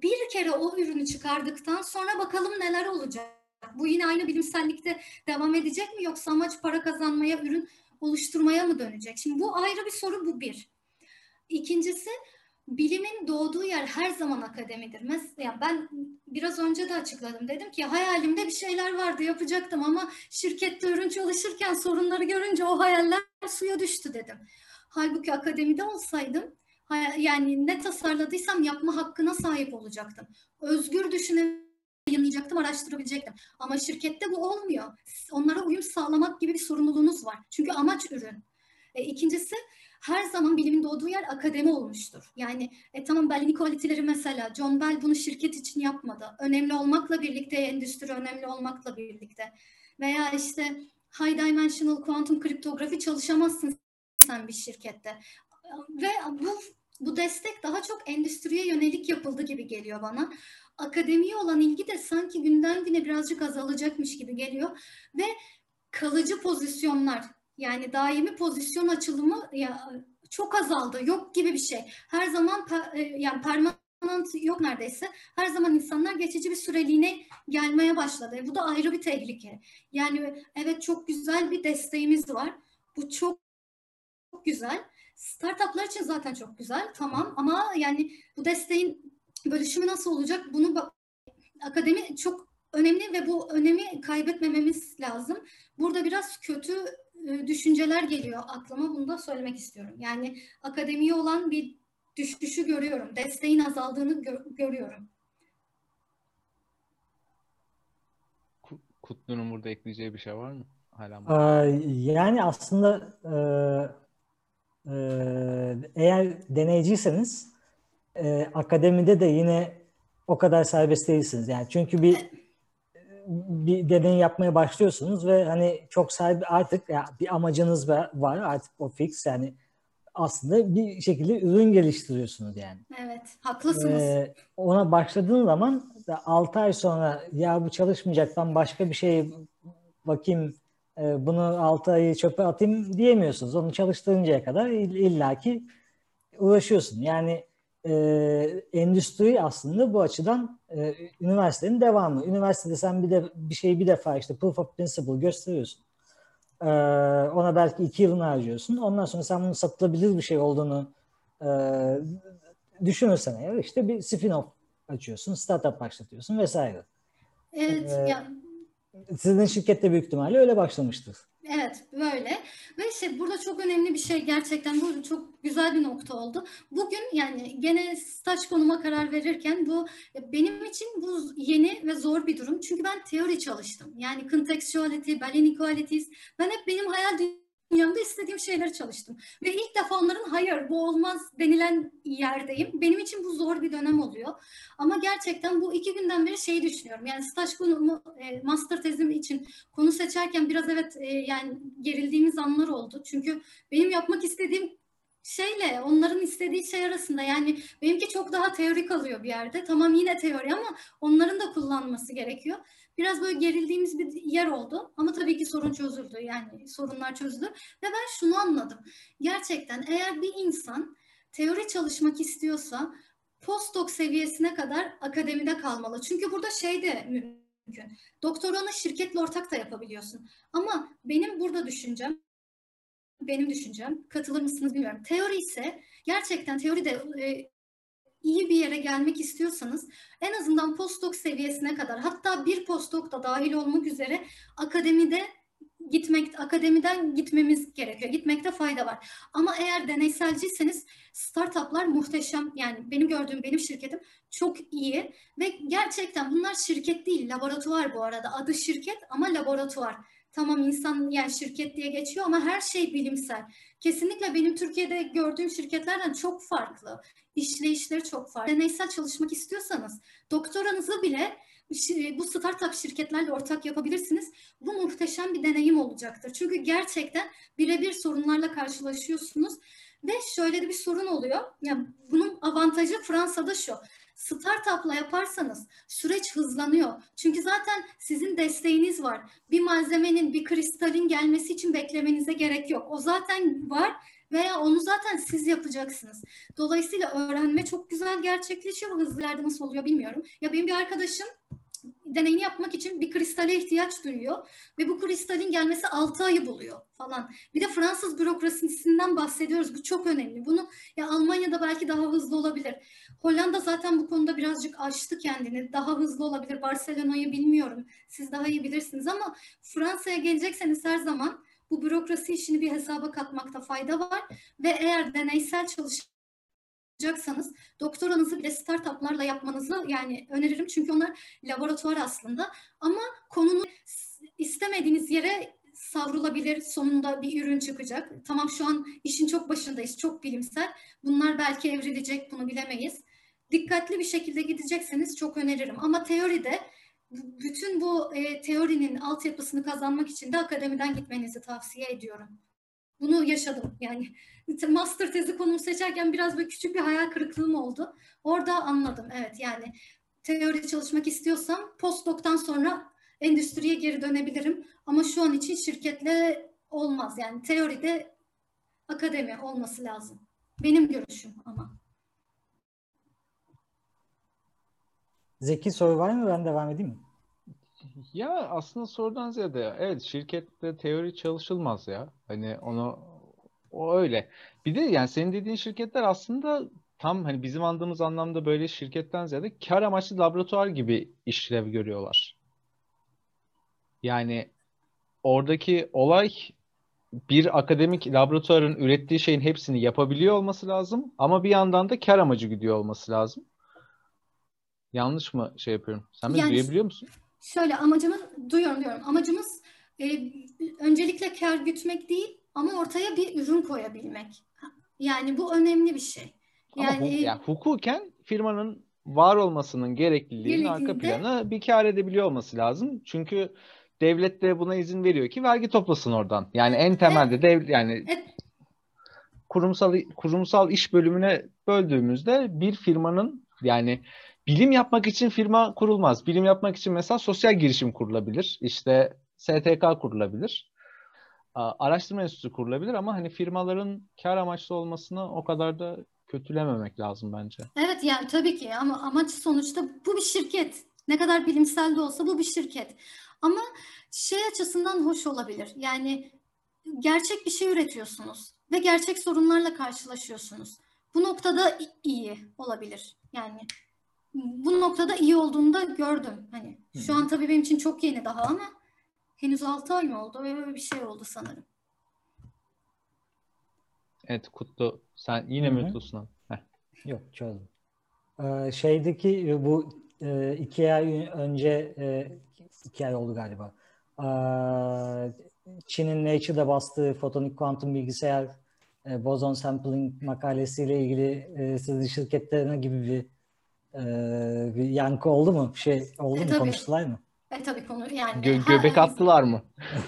bir kere o ürünü çıkardıktan sonra bakalım neler olacak. Bu yine aynı bilimsellikte devam edecek mi, yoksa amaç para kazanmaya, ürün oluşturmaya mı dönecek? Şimdi bu ayrı bir soru, bu bir. İkincisi, bilimin doğduğu yer her zaman akademidir. Mesela ben biraz önce de açıkladım. Dedim ki hayalimde bir şeyler vardı, yapacaktım ama şirkette ürün çalışırken sorunları görünce o hayaller suya düştü dedim. Halbuki akademide olsaydım, yani ne tasarladıysam yapma hakkına sahip olacaktım. Özgür düşünebilirdim, yayınlayacaktım, araştırabilecektim. Ama şirkette bu olmuyor. Onlara uyum sağlamak gibi bir sorumluluğunuz var. Çünkü amaç ürün. E, ikincisi, her zaman bilimin doğduğu yer akademi olmuştur. Yani e, tamam, Bell inequality'leri mesela John Bell bunu şirket için yapmadı. Önemli olmakla birlikte, endüstri önemli olmakla birlikte. Veya işte high dimensional kuantum kriptografi çalışamazsın sen bir şirkette. Ve bu bu destek daha çok endüstriye yönelik yapıldı gibi geliyor bana. Akademiye olan ilgi de sanki günden güne birazcık azalacakmış gibi geliyor ve kalıcı pozisyonlar, yani daimi pozisyon açılımı ya çok azaldı, yok gibi bir şey. Her zaman yani permanent yok neredeyse. Her zaman insanlar geçici bir süreliğine gelmeye başladı. Bu da ayrı bir tehlike. Yani evet, çok güzel bir desteğimiz var. Bu çok, çok güzel. Startuplar için zaten çok güzel, tamam, ama yani bu desteğin bölüşümü nasıl olacak? Bunu akademi çok önemli ve bu önemi kaybetmememiz lazım. Burada biraz kötü düşünceler geliyor aklıma. Bunu da söylemek istiyorum. Yani akademiye olan bir düşüşü görüyorum. Desteğin azaldığını gör- görüyorum. Kutlu'nun burada ekleyeceği bir şey var mı? Hala mı? Ee, yani aslında e, e, eğer deneyiciyseniz e, akademide de yine o kadar serbest değilsiniz. Yani çünkü bir bir deney yapmaya başlıyorsunuz ve hani çok serbest, artık ya bir amacınız var, artık o fix, yani aslında bir şekilde ürün geliştiriyorsunuz yani. Evet, haklısınız. Ee, ona başladığın zaman altı ay sonra ya bu çalışmayacak, ben başka bir şey bakayım, e, bunu altı ayı çöpe atayım diyemiyorsunuz. Onu çalıştırıncaya kadar illaki uğraşıyorsun. Yani e, endüstri aslında bu açıdan e, üniversitenin devamı. Üniversitede sen bir de bir şeyi bir defa işte proof of principle gösteriyorsun. E, ona belki iki yılını harcıyorsun. Ondan sonra sen bunun satılabilir bir şey olduğunu e, düşünürsen eğer işte bir spin-off açıyorsun, startup başlatıyorsun vesaire. Evet, E, ya sizin şirkette büyük ihtimalle öyle başlamıştır. evet, böyle. Ve işte burada çok önemli bir şey, gerçekten bu çok güzel bir nokta oldu. Bugün yani gene staj konuma karar verirken bu benim için bu yeni ve zor bir durum. Çünkü ben teori çalıştım. Yani contextuality, Bell inequalities. Ben hep benim hayal dünyamda istediğim şeyleri çalıştım. Ve ilk defa onların hayır bu olmaz denilen yerdeyim. Benim için bu zor bir dönem oluyor. Ama gerçekten bu iki günden beri şeyi düşünüyorum. Yani staj konumu, e, master tezim için konu seçerken biraz evet e, yani gerildiğimiz anlar oldu. Çünkü benim yapmak istediğim şeyle onların istediği şey arasında, yani benimki çok daha teorik kalıyor bir yerde. Tamam, yine teori ama onların da kullanması gerekiyor. Biraz böyle gerildiğimiz bir yer oldu. Ama tabii ki sorun çözüldü. Yani sorunlar çözüldü. Ve ben şunu anladım. Gerçekten eğer bir insan teori çalışmak istiyorsa postdoc seviyesine kadar akademide kalmalı. Çünkü burada şey de mümkün. Doktoranı şirketle ortak da yapabiliyorsun. Ama benim burada düşüncem, benim düşüncem, katılır mısınız bilmiyorum. Teori ise gerçekten teoride e, iyi bir yere gelmek istiyorsanız en azından postdoc seviyesine kadar, hatta bir postdoc da dahil olmak üzere akademide gitmek, akademiden gitmemiz gerekiyor. Gitmekte fayda var. Ama eğer deneyselciyseniz startuplar muhteşem. Yani benim gördüğüm, benim şirketim çok iyi ve gerçekten bunlar şirket değil, laboratuvar bu arada. Adı şirket ama laboratuvar. Tamam, insan yani şirket diye geçiyor ama her şey bilimsel. Kesinlikle benim Türkiye'de gördüğüm şirketlerden çok farklı. İşleyişleri çok farklı. Deneysel çalışmak istiyorsanız doktoranızı bile bu startup şirketlerle ortak yapabilirsiniz. Bu muhteşem bir deneyim olacaktır. Çünkü gerçekten birebir sorunlarla karşılaşıyorsunuz ve şöyle de bir sorun oluyor. Yani bunun avantajı Fransa'da şu. Startup'la yaparsanız süreç hızlanıyor. Çünkü zaten sizin desteğiniz var. Bir malzemenin, bir kristalin gelmesi için beklemenize gerek yok. O zaten var veya onu zaten siz yapacaksınız. Dolayısıyla öğrenme çok güzel gerçekleşiyor. Hızlı ileride nasıl oluyor bilmiyorum. Ya benim bir arkadaşım deneyini yapmak için bir kristale ihtiyaç duyuyor ve bu kristalin gelmesi altı ayı buluyor falan. Bir de Fransız bürokrasisinden bahsediyoruz. Bu çok önemli. Bunu ya Almanya'da belki daha hızlı olabilir. Hollanda zaten bu konuda birazcık aştı kendini. Daha hızlı olabilir. Barcelona'yı bilmiyorum. Siz daha iyi bilirsiniz ama Fransa'ya gelecekseniz her zaman bu bürokrasi işini bir hesaba katmakta fayda var ve eğer deneysel çalışma yapacaksanız doktoranızı bile startuplarla yapmanızı yani öneririm. Çünkü onlar laboratuvar aslında ama konunun istemediğiniz yere savrulabilir. Sonunda bir ürün çıkacak. Tamam şu an işin çok başındayız. Çok bilimsel. Bunlar belki evrilecek. Bunu bilemeyiz. Dikkatli bir şekilde gidecekseniz çok öneririm. Ama teoride bütün bu e, teorinin altyapısını kazanmak için de akademiden gitmenizi tavsiye ediyorum. Bunu yaşadım yani. Master tezi konumu seçerken biraz böyle küçük bir hayal kırıklığım oldu. Orada anladım. Evet yani teori çalışmak istiyorsam postdoc'tan sonra endüstriye geri dönebilirim. Ama şu an için şirketle olmaz. Yani teoride akademi olması lazım. Benim görüşüm ama. Zeki soru var mı? Ben devam edeyim mi? Ya aslında sorudan ziyade evet şirkette teori çalışılmaz ya. Hani onu o öyle. Bir de yani senin dediğin şirketler aslında tam hani bizim andığımız anlamda böyle şirketten ziyade kar amaçlı laboratuvar gibi işlev görüyorlar. Yani oradaki olay bir akademik laboratuvarın ürettiği şeyin hepsini yapabiliyor olması lazım ama bir yandan da kar amacı gidiyor olması lazım. Yanlış mı şey yapıyorum? Sen beni Yani duyabiliyor musun? Şöyle amacımız, duyuyorum diyorum. Amacımız e, öncelikle kar gütmek değil ama ortaya bir ürün koyabilmek. Yani bu önemli bir şey. Ama hu- Yani yani hukuken firmanın var olmasının gerekliliğinin arka gerektiğinde planı bir kar edebiliyor olması lazım. Çünkü devlet de buna izin veriyor ki vergi toplasın oradan. Yani en temelde dev yani et, kurumsal kurumsal iş bölümüne böldüğümüzde bir firmanın yani bilim yapmak için firma kurulmaz. Bilim yapmak için mesela sosyal girişim kurulabilir. İşte S T K kurulabilir. A- Araştırma enstitüsü kurulabilir ama hani firmaların kar amaçlı olmasını o kadar da kötülememek lazım bence. evet yani tabii ki ama amaç sonuçta bu bir şirket. Ne kadar bilimsel de olsa bu bir şirket. Ama şey açısından hoş olabilir. Yani gerçek bir şey üretiyorsunuz ve gerçek sorunlarla karşılaşıyorsunuz. Bu noktada iyi olabilir. Yani bu noktada iyi olduğunu da gördüm. Hani şu an tabii benim için çok yeni daha ama henüz altı ay mı oldu? Öyle bir şey oldu sanırım. Evet Kutlu sen yine Hı hı. mutlusun abi. Heh. Yok çözdüm. Ee, şeydeki e, bu e, iki ay önce e, iki ay oldu galiba. Ee, Çin'in Nature'da bastığı fotonik kuantum bilgisayar e, boson sampling makalesiyle ilgili e, sizin şirketlerine gibi bir, e, bir yankı oldu mu? Bir şey oldu E mu? tabii. Konuştular mı? E tabii konu yani. Gö- ha- göbek attılar mı?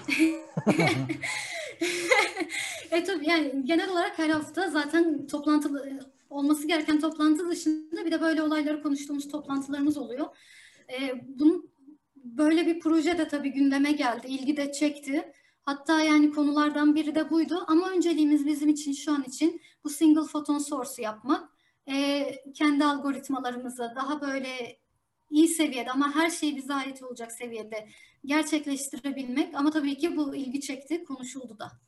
E tabii yani genel olarak her hafta zaten toplantı olması gereken toplantı dışında bir de böyle olayları konuştuğumuz toplantılarımız oluyor. E, bunun böyle bir proje de tabii gündeme geldi, ilgi de çekti. Hatta yani konulardan biri de buydu ama önceliğimiz bizim için şu an için bu single photon source yapmak. E, kendi algoritmalarımızı daha böyle iyi seviyede ama her şey bize ait olacak seviyede gerçekleştirebilmek ama tabii ki bu ilgi çekti, konuşuldu da.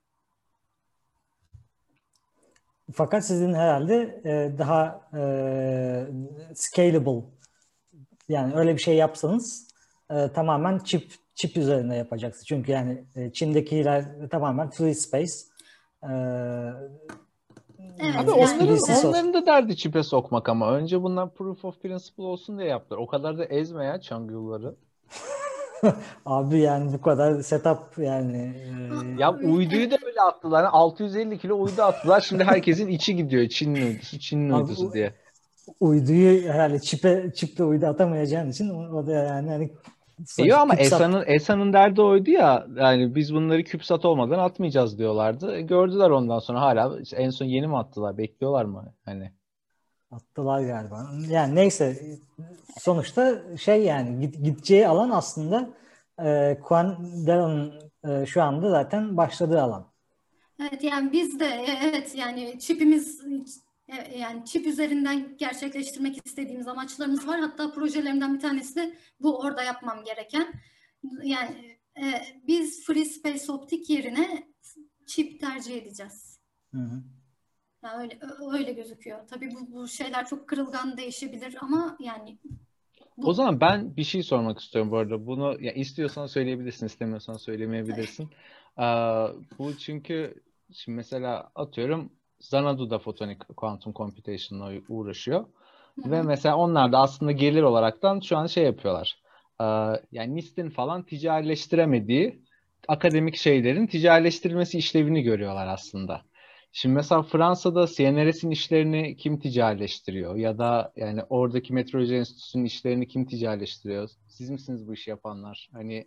Fakat sizin herhalde e, daha e, scalable, yani öyle bir şey yapsanız e, tamamen çip çip üzerinde yapacaksınız. Çünkü yani e, Çin'dekiler tamamen free space. E, Evet, Abi yani- onların, esprisi onların da derdi çipe sokmak ama. Önce bunlar proof of principle olsun diye yaptılar. O kadar da ezme ya Çangılları. Abi yani bu kadar setup yani. e, Ya uyduyu da öyle attılar. altı yüz elli kilo uydu attılar. Şimdi herkesin içi gidiyor. Çin'in uydusu, Çin'in Abi, uydusu diye. uyduyu herhalde çipe çiple uydu atamayacağın için o, o da yani hani E yo ama CubeSat- E S A'nın E S A'nın derdi oydu ya. Yani biz bunları CubeSat olmadan atmayacağız diyorlardı. E, gördüler ondan sonra hala en son yeni mi attılar? Bekliyorlar mı? Hani Attılar galiba. Yani neyse sonuçta şey yani git, gideceği alan aslında e, Quandela'nın e, şu anda zaten başladığı alan. Evet yani biz de e, evet yani çipimiz e, yani çip üzerinden gerçekleştirmek istediğimiz amaçlarımız var. Hatta projelerimden bir tanesi de bu orada yapmam gereken. Yani e, biz Free Space Optik yerine çip tercih edeceğiz. Hı hı. Yani öyle öyle gözüküyor. Tabii bu, bu şeyler çok kırılgan değişebilir ama yani O bu. zaman ben bir şey sormak istiyorum bu arada. Bunu ya istiyorsan söyleyebilirsin, istemiyorsan söylemeyebilirsin. Aa, bu çünkü şimdi mesela atıyorum Xanadu da fotonik quantum computation'la uğraşıyor. Hı Ve hı. mesela onlar da aslında gelir olaraktan şu an şey yapıyorlar. Aa, yani NIST'in falan ticarileştiremediği akademik şeylerin ticarileştirilmesi işlevini görüyorlar aslında. Şimdi mesela Fransa'da C N R S'in işlerini kim ticarileştiriyor? Ya da yani oradaki Meteoroloji Enstitüsü'nün işlerini kim ticarileştiriyor? Siz misiniz bu işi yapanlar? Hani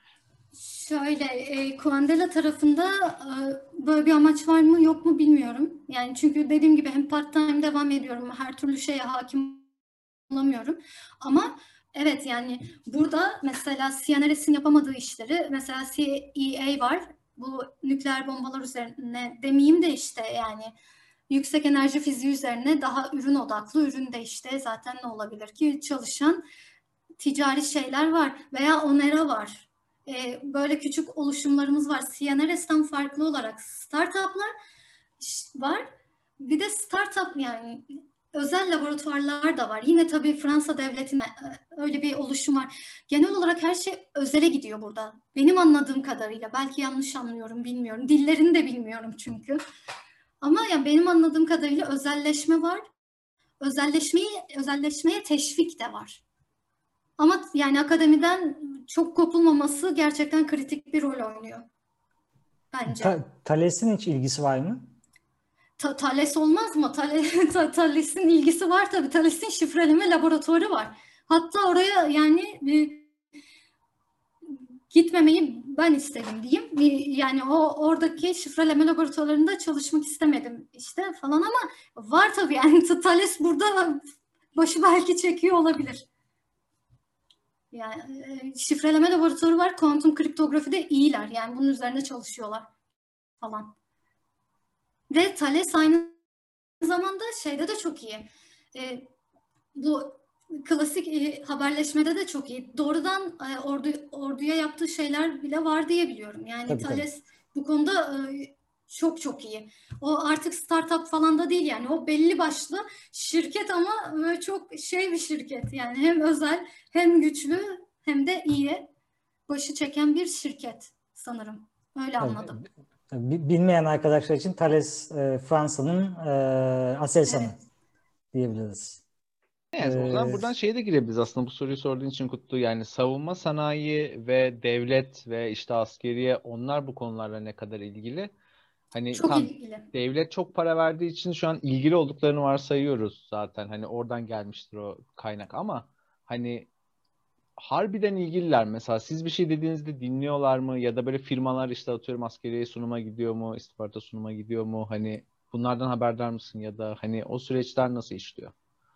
Şöyle, e, Quandela tarafında e, böyle bir amaç var mı yok mu bilmiyorum. Yani çünkü dediğim gibi hem part-time devam ediyorum, her türlü şeye hakim olamıyorum. Ama evet yani burada mesela C N R S'in yapamadığı işleri, mesela C E A var, bu nükleer bombalar üzerine demeyeyim de işte yani yüksek enerji fiziği üzerine daha ürün odaklı, ürün de işte zaten ne olabilir ki çalışan ticari şeyler var veya Onera var. Ee, böyle küçük oluşumlarımız var. C N R S'ten farklı olarak startuplar var. Bir de startup yani özel laboratuvarlar da var. Yine tabii Fransa devletinde öyle bir oluşum var. Genel olarak her şey özele gidiyor burada. Benim anladığım kadarıyla. Belki yanlış anlıyorum, bilmiyorum. Dillerini de bilmiyorum çünkü. Ama yani benim anladığım kadarıyla özelleşme var. Özelleşmeyi, özelleşmeye teşvik de var. Ama yani akademiden çok kopulmaması gerçekten kritik bir rol oynuyor bence. Ta- Thales'in hiç ilgisi var mı? Ta Thales olmaz mı? Thales, ta Thales'in ilgisi var tabii. Thales'in şifreleme laboratuvarı var. Hatta oraya yani e, gitmemeyi ben istedim diyeyim. E, yani o oradaki şifreleme laboratuvarlarında çalışmak istemedim işte falan ama var tabii yani Thales burada başı belki çekiyor olabilir. Yani e, şifreleme laboratuvarı var. Kuantum kriptografide iyiler. Yani bunun üzerine çalışıyorlar falan. Ve Thales aynı zamanda şeyde de çok iyi. E, bu klasik e, haberleşmede de çok iyi. Doğrudan e, ordu, orduya yaptığı şeyler bile var diye biliyorum. Yani Tabii tabii. Thales bu konuda e, çok çok iyi. O artık startup falan da değil yani. O belli başlı şirket ama böyle çok şey bir şirket. Yani hem özel hem güçlü hem de iyi. Başı çeken bir şirket sanırım. Öyle Tabii. anladım. Tabii, bilmeyen arkadaşlar için Thales e, Fransa'nın e, Aselsan'ı Evet. diyebiliriz. evet, o zaman E, buradan şeye de girebiliriz aslında bu soruyu sorduğun için Kutlu. Yani savunma sanayi ve devlet ve işte askeriye onlar bu konularla ne kadar ilgili? Hani Çok tam ilgili. devlet çok para verdiği için şu an ilgili olduklarını varsayıyoruz zaten. Hani oradan gelmiştir o kaynak ama hani harbiden ilgililer. Mesela siz bir şey dediğinizde dinliyorlar mı? Ya da böyle firmalar işte atıyorum askeriye sunuma gidiyor mu? İstihbarata sunuma gidiyor mu? Hani bunlardan haberdar mısın? Ya da hani o süreçler nasıl işliyor?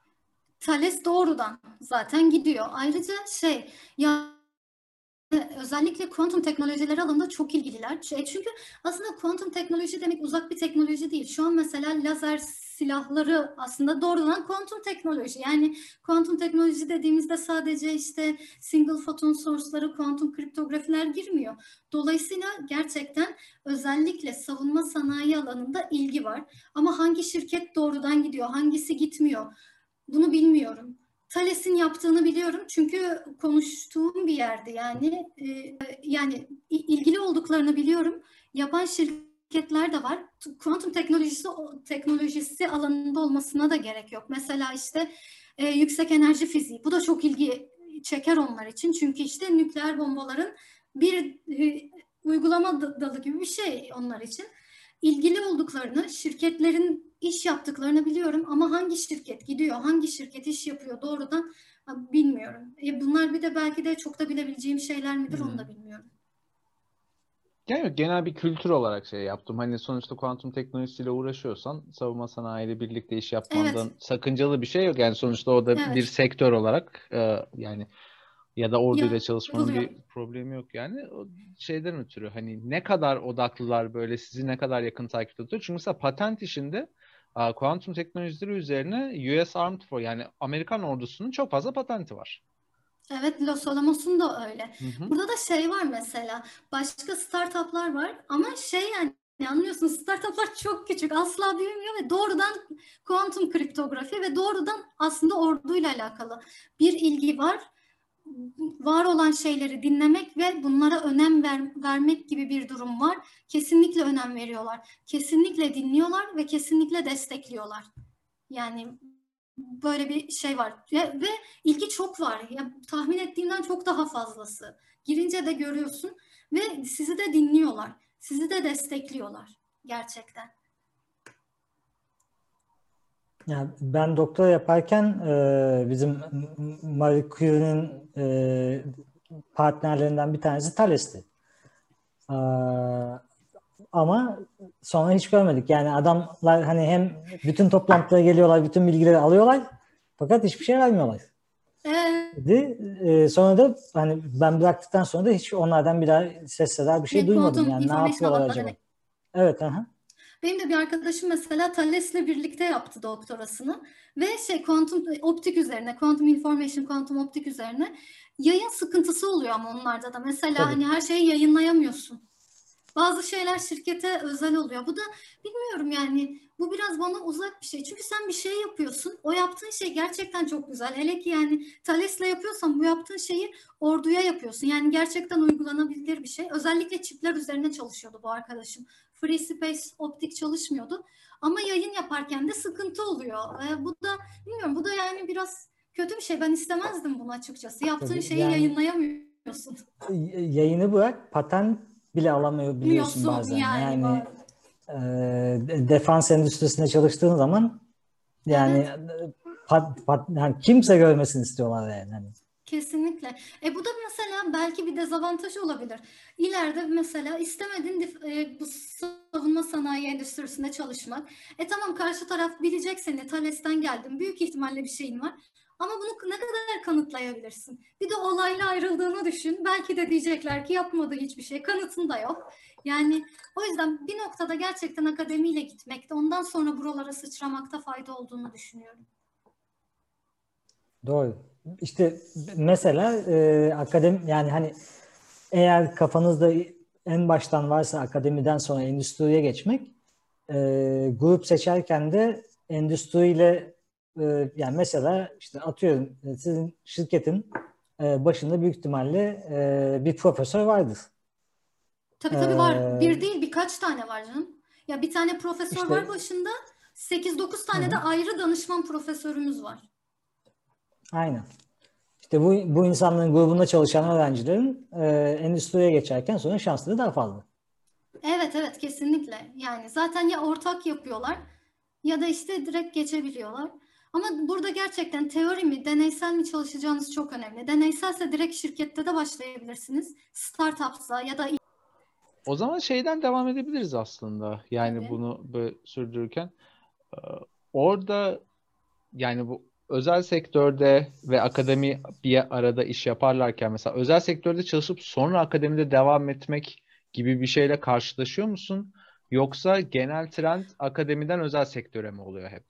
Thales doğrudan zaten gidiyor. Ayrıca şey ya özellikle kuantum teknolojileri alanında çok ilgililer. Şey, çünkü aslında kuantum teknoloji demek uzak bir teknoloji değil. Şu an mesela lazer silahları aslında doğrudan kuantum teknoloji. Yani kuantum teknoloji dediğimizde sadece işte single photon source'ları, kuantum kriptografiler girmiyor. Dolayısıyla gerçekten özellikle savunma sanayi alanında ilgi var. Ama hangi şirket doğrudan gidiyor, hangisi gitmiyor? Bunu bilmiyorum. Thales'in yaptığını biliyorum çünkü konuştuğum bir yerde yani e, yani ilgili olduklarını biliyorum. Yapan şirketler de var. Kuantum teknolojisi teknolojisi alanında olmasına da gerek yok. Mesela işte e, yüksek enerji fiziği. Bu da çok ilgi çeker onlar için. Çünkü işte nükleer bombaların bir e, uygulama dalı gibi bir şey onlar için. İlgili olduklarını, şirketlerin iş yaptıklarını biliyorum ama hangi şirket gidiyor, hangi şirket iş yapıyor doğrudan bilmiyorum. E bunlar bir de belki de çok da bilebileceğim şeyler midir onu hmm. da bilmiyorum. Yani genel bir kültür olarak şey yaptım. Hani sonuçta kuantum teknolojisiyle uğraşıyorsan savunma sanayiyle birlikte iş Evet, yapmandan sakıncalı bir şey yok. Yani sonuçta o da bir evet. sektör olarak e, yani ya da orduyla çalışmanın Yapılıyor. bir problemi yok yani. O şeyden ötürü hani ne kadar odaklılar böyle sizi ne kadar yakın takip ediyor. Çünkü mesela patent işinde e, kuantum teknolojileri üzerine U S Armed Forces yani Amerikan ordusunun çok fazla patenti var. Evet, Los Alamos'un da öyle. Hı hı. Burada da şey var mesela, başka startuplar var ama şey yani anlıyorsun startuplar çok küçük, asla büyümüyor ve doğrudan kuantum kriptografi ve doğrudan aslında orduyla alakalı bir ilgi var. Var olan şeyleri dinlemek ve bunlara önem ver, vermek gibi bir durum var. Kesinlikle önem veriyorlar. Kesinlikle dinliyorlar ve kesinlikle destekliyorlar. Yani böyle bir şey var. Ve, ve ilgi çok var. Ya, tahmin ettiğimden çok daha fazlası. Girince de görüyorsun ve sizi de dinliyorlar. Sizi de destekliyorlar. Gerçekten. Yani ben doktora yaparken e, bizim Marie Curie'nin e, partnerlerinden bir tanesi Thales'ti. E, ama sonra hiç görmedik. Yani adamlar hani hem bütün toplantılara geliyorlar, bütün bilgileri alıyorlar fakat hiçbir şey vermiyorlar. Ee, Dedi. E, sonra da hani ben bıraktıktan sonra da hiç onlardan bir daha ses seda bir şey ne duymadım. Quantum Yani ne Information yapıyorlar alanında acaba? demek. Evet, aha. Benim de bir arkadaşım mesela Thales'le birlikte yaptı doktorasını ve şey kuantum optik üzerine, quantum information, kuantum optik üzerine yayın sıkıntısı oluyor ama onlarda da. Mesela Tabii. hani her şeyi yayınlayamıyorsun. Bazı şeyler şirkete özel oluyor. Bu da bilmiyorum yani bu biraz bana uzak bir şey. Çünkü sen bir şey yapıyorsun. O yaptığın şey gerçekten çok güzel. Hele ki yani Thales'le yapıyorsan bu yaptığın şeyi orduya yapıyorsun. Yani gerçekten uygulanabilir bir şey. Özellikle çipler üzerine çalışıyordu bu arkadaşım. Free Space optik çalışmıyordu. Ama yayın yaparken de sıkıntı oluyor. Ee, bu da bilmiyorum bu da yani biraz kötü bir şey. Ben istemezdim bunu açıkçası. Yaptığın Tabii. şeyi Yani yayınlayamıyorsun. yayını bırak, patent bile alamıyor biliyorsun Biliyorsun bazen. yani Yani var. e, defans endüstrisinde çalıştığın zaman yani Evet. e, pat, pat, yani kimse görmesini istiyorlar yani. Hani. Kesinlikle. E bu da mesela belki bir dezavantaj olabilir. İleride mesela istemedin e, bu savunma sanayi endüstrisinde çalışmak. E tamam karşı taraf bilecek seni, Thales'ten geldin. Büyük ihtimalle bir şeyin var. Ama bunu ne kadar kanıtlayabilirsin? Bir de olayla ayrıldığını düşün. Belki de diyecekler ki yapmadı hiçbir şey. Kanıtın da yok. Yani o yüzden bir noktada gerçekten akademiyle gitmekte, ondan sonra buralara sıçramakta fayda olduğunu düşünüyorum. Doğru. İşte mesela e, akademi yani hani eğer kafanızda en baştan varsa akademiden sonra endüstriye geçmek, e, grup seçerken de endüstriyle e, yani mesela işte atıyorum e, sizin şirketin e, başında büyük ihtimalle e, bir profesör vardır. Tabii tabii var. Bir E, değil birkaç tane var canım. Ya bir tane profesör var işte başında. sekiz dokuz hı tane de hı, ayrı danışman profesörümüz var. aynen. İşte bu, bu insanların grubunda çalışan öğrencilerin e, endüstriye geçerken sonra şansları daha fazla. Evet evet kesinlikle. Yani zaten ya ortak yapıyorlar ya da işte direkt geçebiliyorlar. Ama burada gerçekten teori mi, deneysel mi çalışacağınız çok önemli. Deneyselse direkt şirkette de başlayabilirsiniz. Startupsa ya da O zaman şeyden devam edebiliriz aslında. Yani tabii. bunu böyle sürdürürken. Ee, Orada yani bu özel sektörde ve akademi bir arada iş yaparlarken mesela özel sektörde çalışıp sonra akademide devam etmek gibi bir şeyle karşılaşıyor musun? Yoksa genel trend akademiden özel sektöre mi oluyor hep?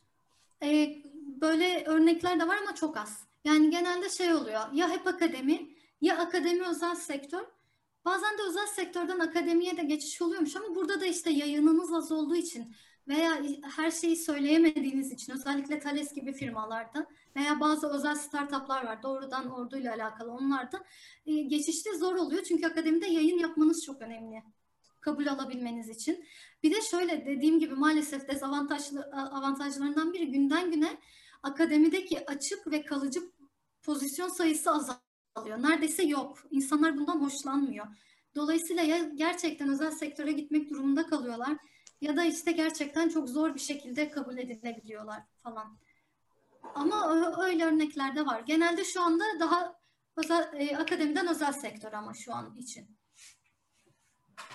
Ee, böyle örnekler de var ama çok az. Yani genelde şey oluyor. Ya hep akademi, ya akademi özel sektör. Bazen de özel sektörden akademiye de geçiş oluyormuş ama burada da işte yayınınız az olduğu için veya her şeyi söyleyemediğiniz için özellikle Thales gibi firmalarda veya bazı özel startuplar var doğrudan orduyla alakalı onlarda e, geçişte zor oluyor. Çünkü akademide yayın yapmanız çok önemli kabul alabilmeniz için. Bir de şöyle dediğim gibi maalesef dezavantajlı avantajlarından biri günden güne akademideki açık ve kalıcı pozisyon sayısı azalıyor. Neredeyse yok. İnsanlar bundan hoşlanmıyor. Dolayısıyla ya gerçekten özel sektöre gitmek durumunda kalıyorlar ya da işte gerçekten çok zor bir şekilde kabul edilebiliyorlar falan. Ama öyle örnekler de var. Genelde şu anda daha özel, e, akademiden özel sektör ama şu an için.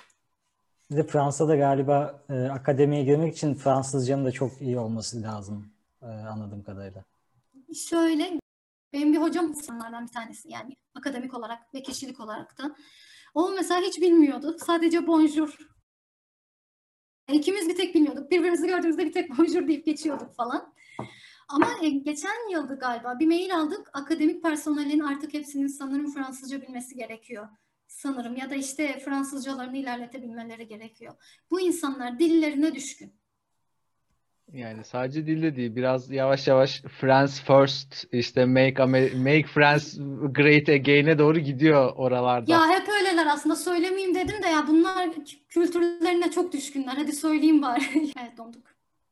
Bir de Fransa'da galiba e, akademiye girmek için Fransızcanın da çok iyi olması lazım e, anladığım kadarıyla. Şöyle, benim bir hocam insanlardan bir tanesi, yani akademik olarak ve kişilik olarak da. O mesela hiç bilmiyordu. Sadece bonjour. İkimiz bir tek bilmiyorduk. Birbirimizi gördüğümüzde bir tek bonjour deyip geçiyorduk falan. Ama e, geçen yıldı galiba bir mail aldık. Akademik personelin artık hepsinin sanırım Fransızca bilmesi gerekiyor. Sanırım, ya da işte Fransızcalarını ilerletebilmeleri gerekiyor. Bu insanlar dillerine düşkün. Yani sadece dilde değil, biraz yavaş yavaş France first, işte make Amer- make France great again'e doğru gidiyor oralarda. Ya hep öyleler aslında, söylemeyeyim dedim de ya bunlar kültürlerine çok düşkünler. Hadi söyleyeyim bari. Evet, donduk.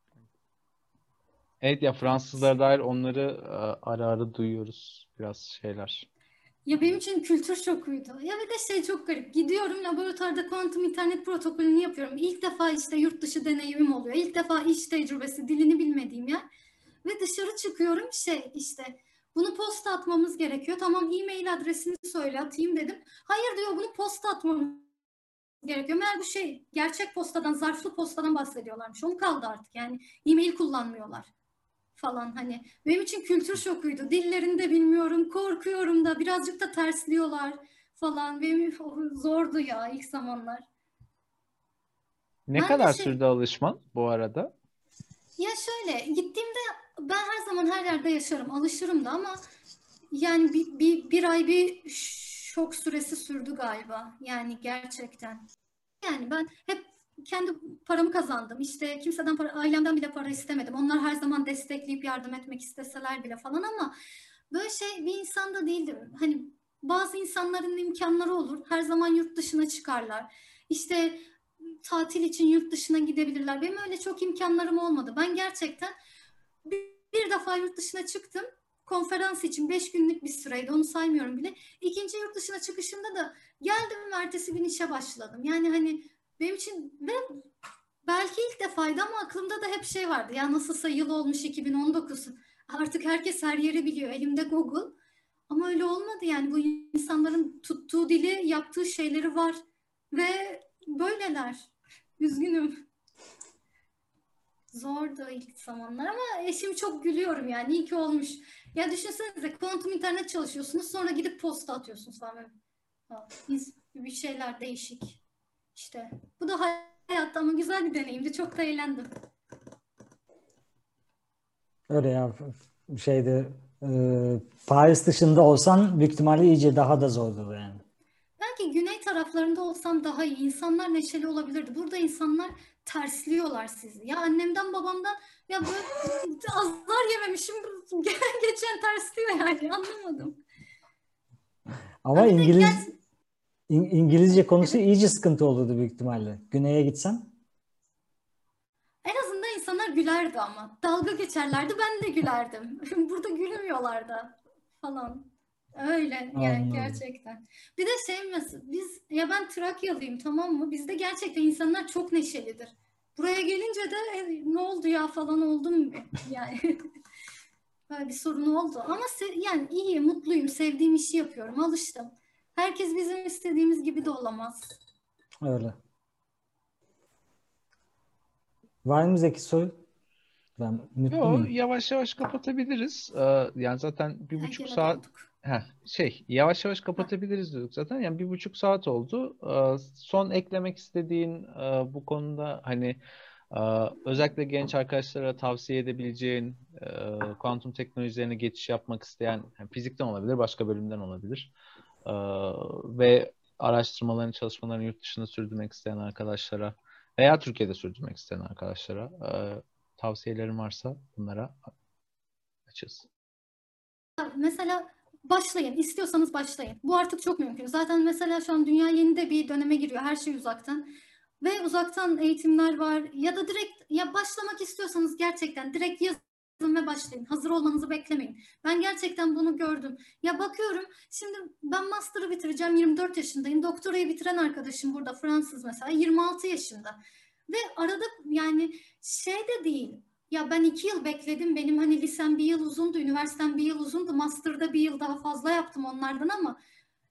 Evet ya, Fransızlara dair onları e, ara ara duyuyoruz biraz şeyler. Ya benim için kültür şokuydu. Ya bir de şey çok garip. Gidiyorum laboratuvarda kuantum internet protokolünü yapıyorum. İlk defa işte yurt dışı deneyimim oluyor. İlk defa iş tecrübesi, dilini bilmediğim yer. Ve dışarı çıkıyorum, şey işte bunu posta atmamız gerekiyor. Tamam, e-mail adresini söyle, atayım dedim. Hayır diyor, bunu posta atmamız gerekiyor. Meğer bu şey gerçek postadan, zarflı postadan bahsediyorlarmış. Onu kaldı artık, yani e-mail kullanmıyorlar falan hani. Benim için kültür şokuydu. Dillerini de bilmiyorum, korkuyorum da, birazcık da tersliyorlar falan. Benim zordu ya ilk zamanlar. Ne Ben de kadar şey, sürdü alışman bu arada? ya şöyle gittiğimde ben her zaman her yerde yaşarım, alışırım da, ama yani bir, bir, bir ay bir şok süresi sürdü galiba. Yani gerçekten. Yani ben hep kendi paramı kazandım. İşte kimseden para, ailemden bile para istemedim. Onlar her zaman destekleyip yardım etmek isteseler bile falan, ama böyle şey bir insanda değildim. Hani bazı insanların imkanları olur. Her zaman yurt dışına çıkarlar. İşte tatil için yurt dışına gidebilirler. Benim öyle çok imkanlarım olmadı. Ben gerçekten bir, bir defa yurt dışına çıktım. Konferans için beş günlük bir süreydi. Onu saymıyorum bile. İkinci yurt dışına çıkışımda da geldim, ertesi gün işe başladım. Yani hani benim için, ve belki ilk defaydı ama aklımda da hep şey vardı. Ya nasılsa yıl olmuş iki bin on dokuz. Artık herkes her yeri biliyor. Elimde Google. Ama öyle olmadı yani. Bu insanların tuttuğu dili, yaptığı şeyleri var. Ve böyleler. Üzgünüm. Zordu ilk zamanlar ama eşim çok gülüyorum yani. İyi ki olmuş. Ya düşünsenize, kuantum internet çalışıyorsunuz, sonra gidip posta atıyorsunuz falan. Bir şeyler değişik. İşte bu da hayatta ama güzel bir deneyimdi. Çok da eğlendim. Öyle ya, şeyde e, Paris dışında olsan büyük ihtimalle iyice daha da zordur yani. Belki güney taraflarında olsam daha iyi. İnsanlar neşeli olabilirdi. Burada insanlar tersliyorlar sizi. Ya annemden babamdan, ya böyle azar yememişim. Geçen tersliyor yani, anlamadım. Ama Ha bir de gel, İngiliz İng- İngilizce konusu iyice sıkıntı olurdu büyük ihtimalle. Güney'e gitsen. en azından insanlar gülerdi ama. Dalga geçerlerdi, ben de gülerdim. Burada gülmüyorlardı falan. Öyle yani Anladım. gerçekten. Bir de şey mesela, biz, ya ben Trakyalıyım, tamam mı? Bizde gerçekten insanlar çok neşelidir. Buraya gelince de "E, ne oldu ya" falan oldum yani. Böyle bir sorun oldu. Ama se- yani iyi, mutluyum, sevdiğim işi yapıyorum, alıştım. Herkes bizim istediğimiz gibi de olamaz. Öyle. Var mı Zeki soru? Ben mutlu Yo, muyum? yavaş yavaş kapatabiliriz. Ee, yani zaten bir Ha, buçuk gene saat donduk. Heh, şey yavaş yavaş Ha. kapatabiliriz diyorduk zaten. Yani bir buçuk saat oldu. Ee, son eklemek istediğin e, bu konuda hani e, özellikle genç arkadaşlara tavsiye edebileceğin e, kuantum teknolojilerine geçiş yapmak isteyen, yani fizikten olabilir, başka bölümden olabilir. Ee, ve araştırmalarını, çalışmalarını yurt dışında sürdürmek isteyen arkadaşlara veya Türkiye'de sürdürmek isteyen arkadaşlara e, tavsiyelerin varsa bunlara açız. Mesela başlayın. İstiyorsanız başlayın. Bu artık çok mümkün. Zaten mesela şu an dünya yeni de bir döneme giriyor. Her şey uzaktan. Ve uzaktan eğitimler var. Ya da direkt, ya başlamak istiyorsanız gerçekten direkt yazın ve başlayın. Hazır olmanızı beklemeyin. Ben gerçekten bunu gördüm. Ya bakıyorum, şimdi ben master'ı bitireceğim, yirmi dört yaşındayım. Doktorayı bitiren arkadaşım burada, Fransız mesela, yirmi altı yaşında. Ve arada yani şey de değil. Ya ben iki yıl bekledim. Benim hani lisem bir yıl uzundu, üniversitem bir yıl uzundu. Master'da bir yıl daha fazla yaptım onlardan, ama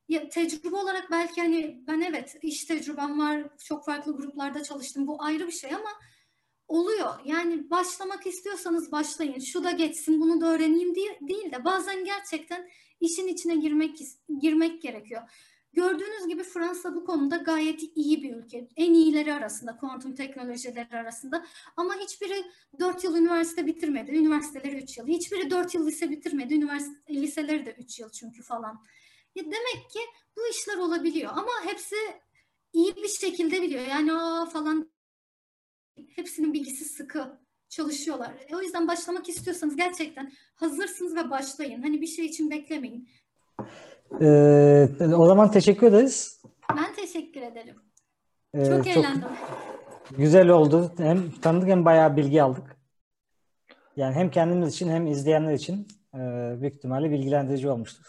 ya, tecrübe olarak belki hani ben evet iş tecrübem var, çok farklı gruplarda çalıştım, bu ayrı bir şey ama oluyor. Yani başlamak istiyorsanız başlayın. Şu da geçsin, bunu da öğreneyim diye değil de bazen gerçekten işin içine girmek girmek gerekiyor. Gördüğünüz gibi Fransa bu konuda gayet iyi bir ülke. En iyileri arasında, kuantum teknolojileri arasında. Ama hiçbiri dört yıl üniversite bitirmedi. Üniversiteleri üç yıl. Hiçbiri dört yıl lise bitirmedi. Üniversite, liseleri de üç yıl çünkü falan. Ya demek ki bu işler olabiliyor. Ama hepsi iyi bir şekilde biliyor. Yani aa falan, hepsinin bilgisi sıkı, çalışıyorlar. E, o yüzden başlamak istiyorsanız gerçekten hazırsınız ve başlayın. Hani bir şey için beklemeyin. Ee, o zaman teşekkür ederiz. Ben teşekkür ederim. Ee, Çok çok eğlendim. güzel oldu. Hem tanıdık hem bayağı bilgi aldık. Yani hem kendimiz için hem izleyenler için e, büyük ihtimalle bilgilendirici olmuştur.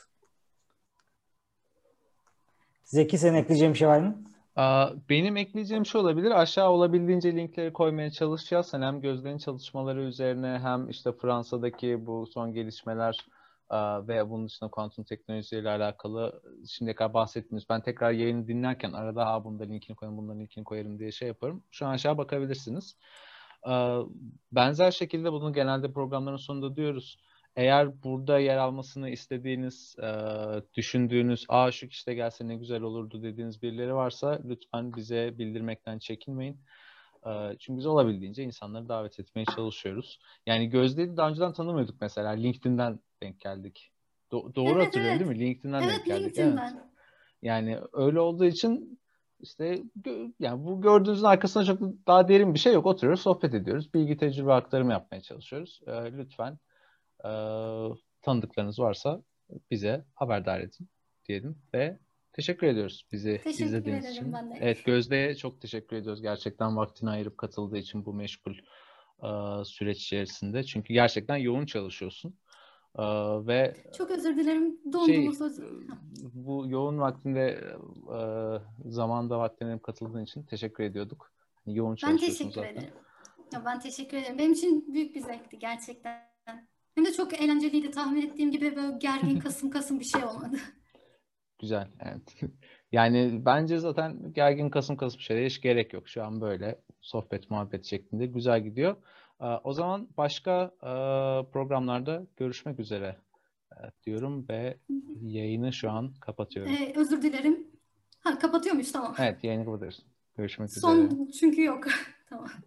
Zeki, senin ekleyeceğin bir şey var mı? Aa, Benim ekleyeceğim şey olabilir. Aşağı olabildiğince linkleri koymaya çalışacağız. Hani hem Gözde'nin çalışmaları üzerine hem işte Fransa'daki bu son gelişmeler aa, ve bunun dışında kuantum teknolojileriyle alakalı şimdiye kadar bahsettiğimiz. Ben tekrar yayını dinlerken arada ha bunda linkini koyarım, bunda linkini koyarım diye şey yaparım. Şu an aşağı bakabilirsiniz. Aa, Benzer şekilde bunu genelde programların sonunda diyoruz. Eğer burada yer almasını istediğiniz, e, düşündüğünüz, aa şu kişi de gelse ne güzel olurdu dediğiniz birileri varsa lütfen bize bildirmekten çekinmeyin. E, çünkü biz olabildiğince insanları davet etmeye çalışıyoruz. Yani Gözde'yi daha önceden tanımıyorduk mesela. LinkedIn'den denk geldik. Do- doğru Evet, hatırlıyorum evet. değil mi? LinkedIn'den denk Evet, geldik. Evet. LinkedIn'den. Yani öyle olduğu için işte gö- yani bu gördüğünüzün arkasında çok daha derin bir şey yok. Oturuyoruz, sohbet ediyoruz. Bilgi tecrübe aktarımı yapmaya çalışıyoruz. E, lütfen e, tanıdıklarınız varsa bize haberdar edin diyelim ve teşekkür ediyoruz bizi Teşekkür izlediğiniz ederim için. ben de. Evet, Gözde'ye çok teşekkür ediyoruz gerçekten vaktini ayırıp katıldığı için bu meşgul e, süreç içerisinde. Çünkü gerçekten yoğun çalışıyorsun. E, ve Çok özür dilerim. şey Dondunuz. e, Özür. bu yoğun vaktinde e, zamanda vaktine katıldığın için teşekkür ediyorduk. Yoğun Ben çalışıyorsun teşekkür zaten. ederim. Ya ben teşekkür ederim. Benim için büyük bir zevkti gerçekten. Hem de çok eğlenceliydi. Tahmin ettiğim gibi böyle gergin, kasım kasım bir şey olmadı. Güzel, evet. Yani bence zaten gergin kasım kasım şeylere hiç gerek yok. Şu an böyle sohbet muhabbet şeklinde güzel gidiyor. Ee, O zaman başka e, programlarda görüşmek üzere e, diyorum ve yayını şu an kapatıyorum. Ee, özür dilerim. Ha, kapatıyor muyuz? Tamam. Evet, yayını kapatıyoruz. Görüşmek üzere. Son çünkü yok. Tamam.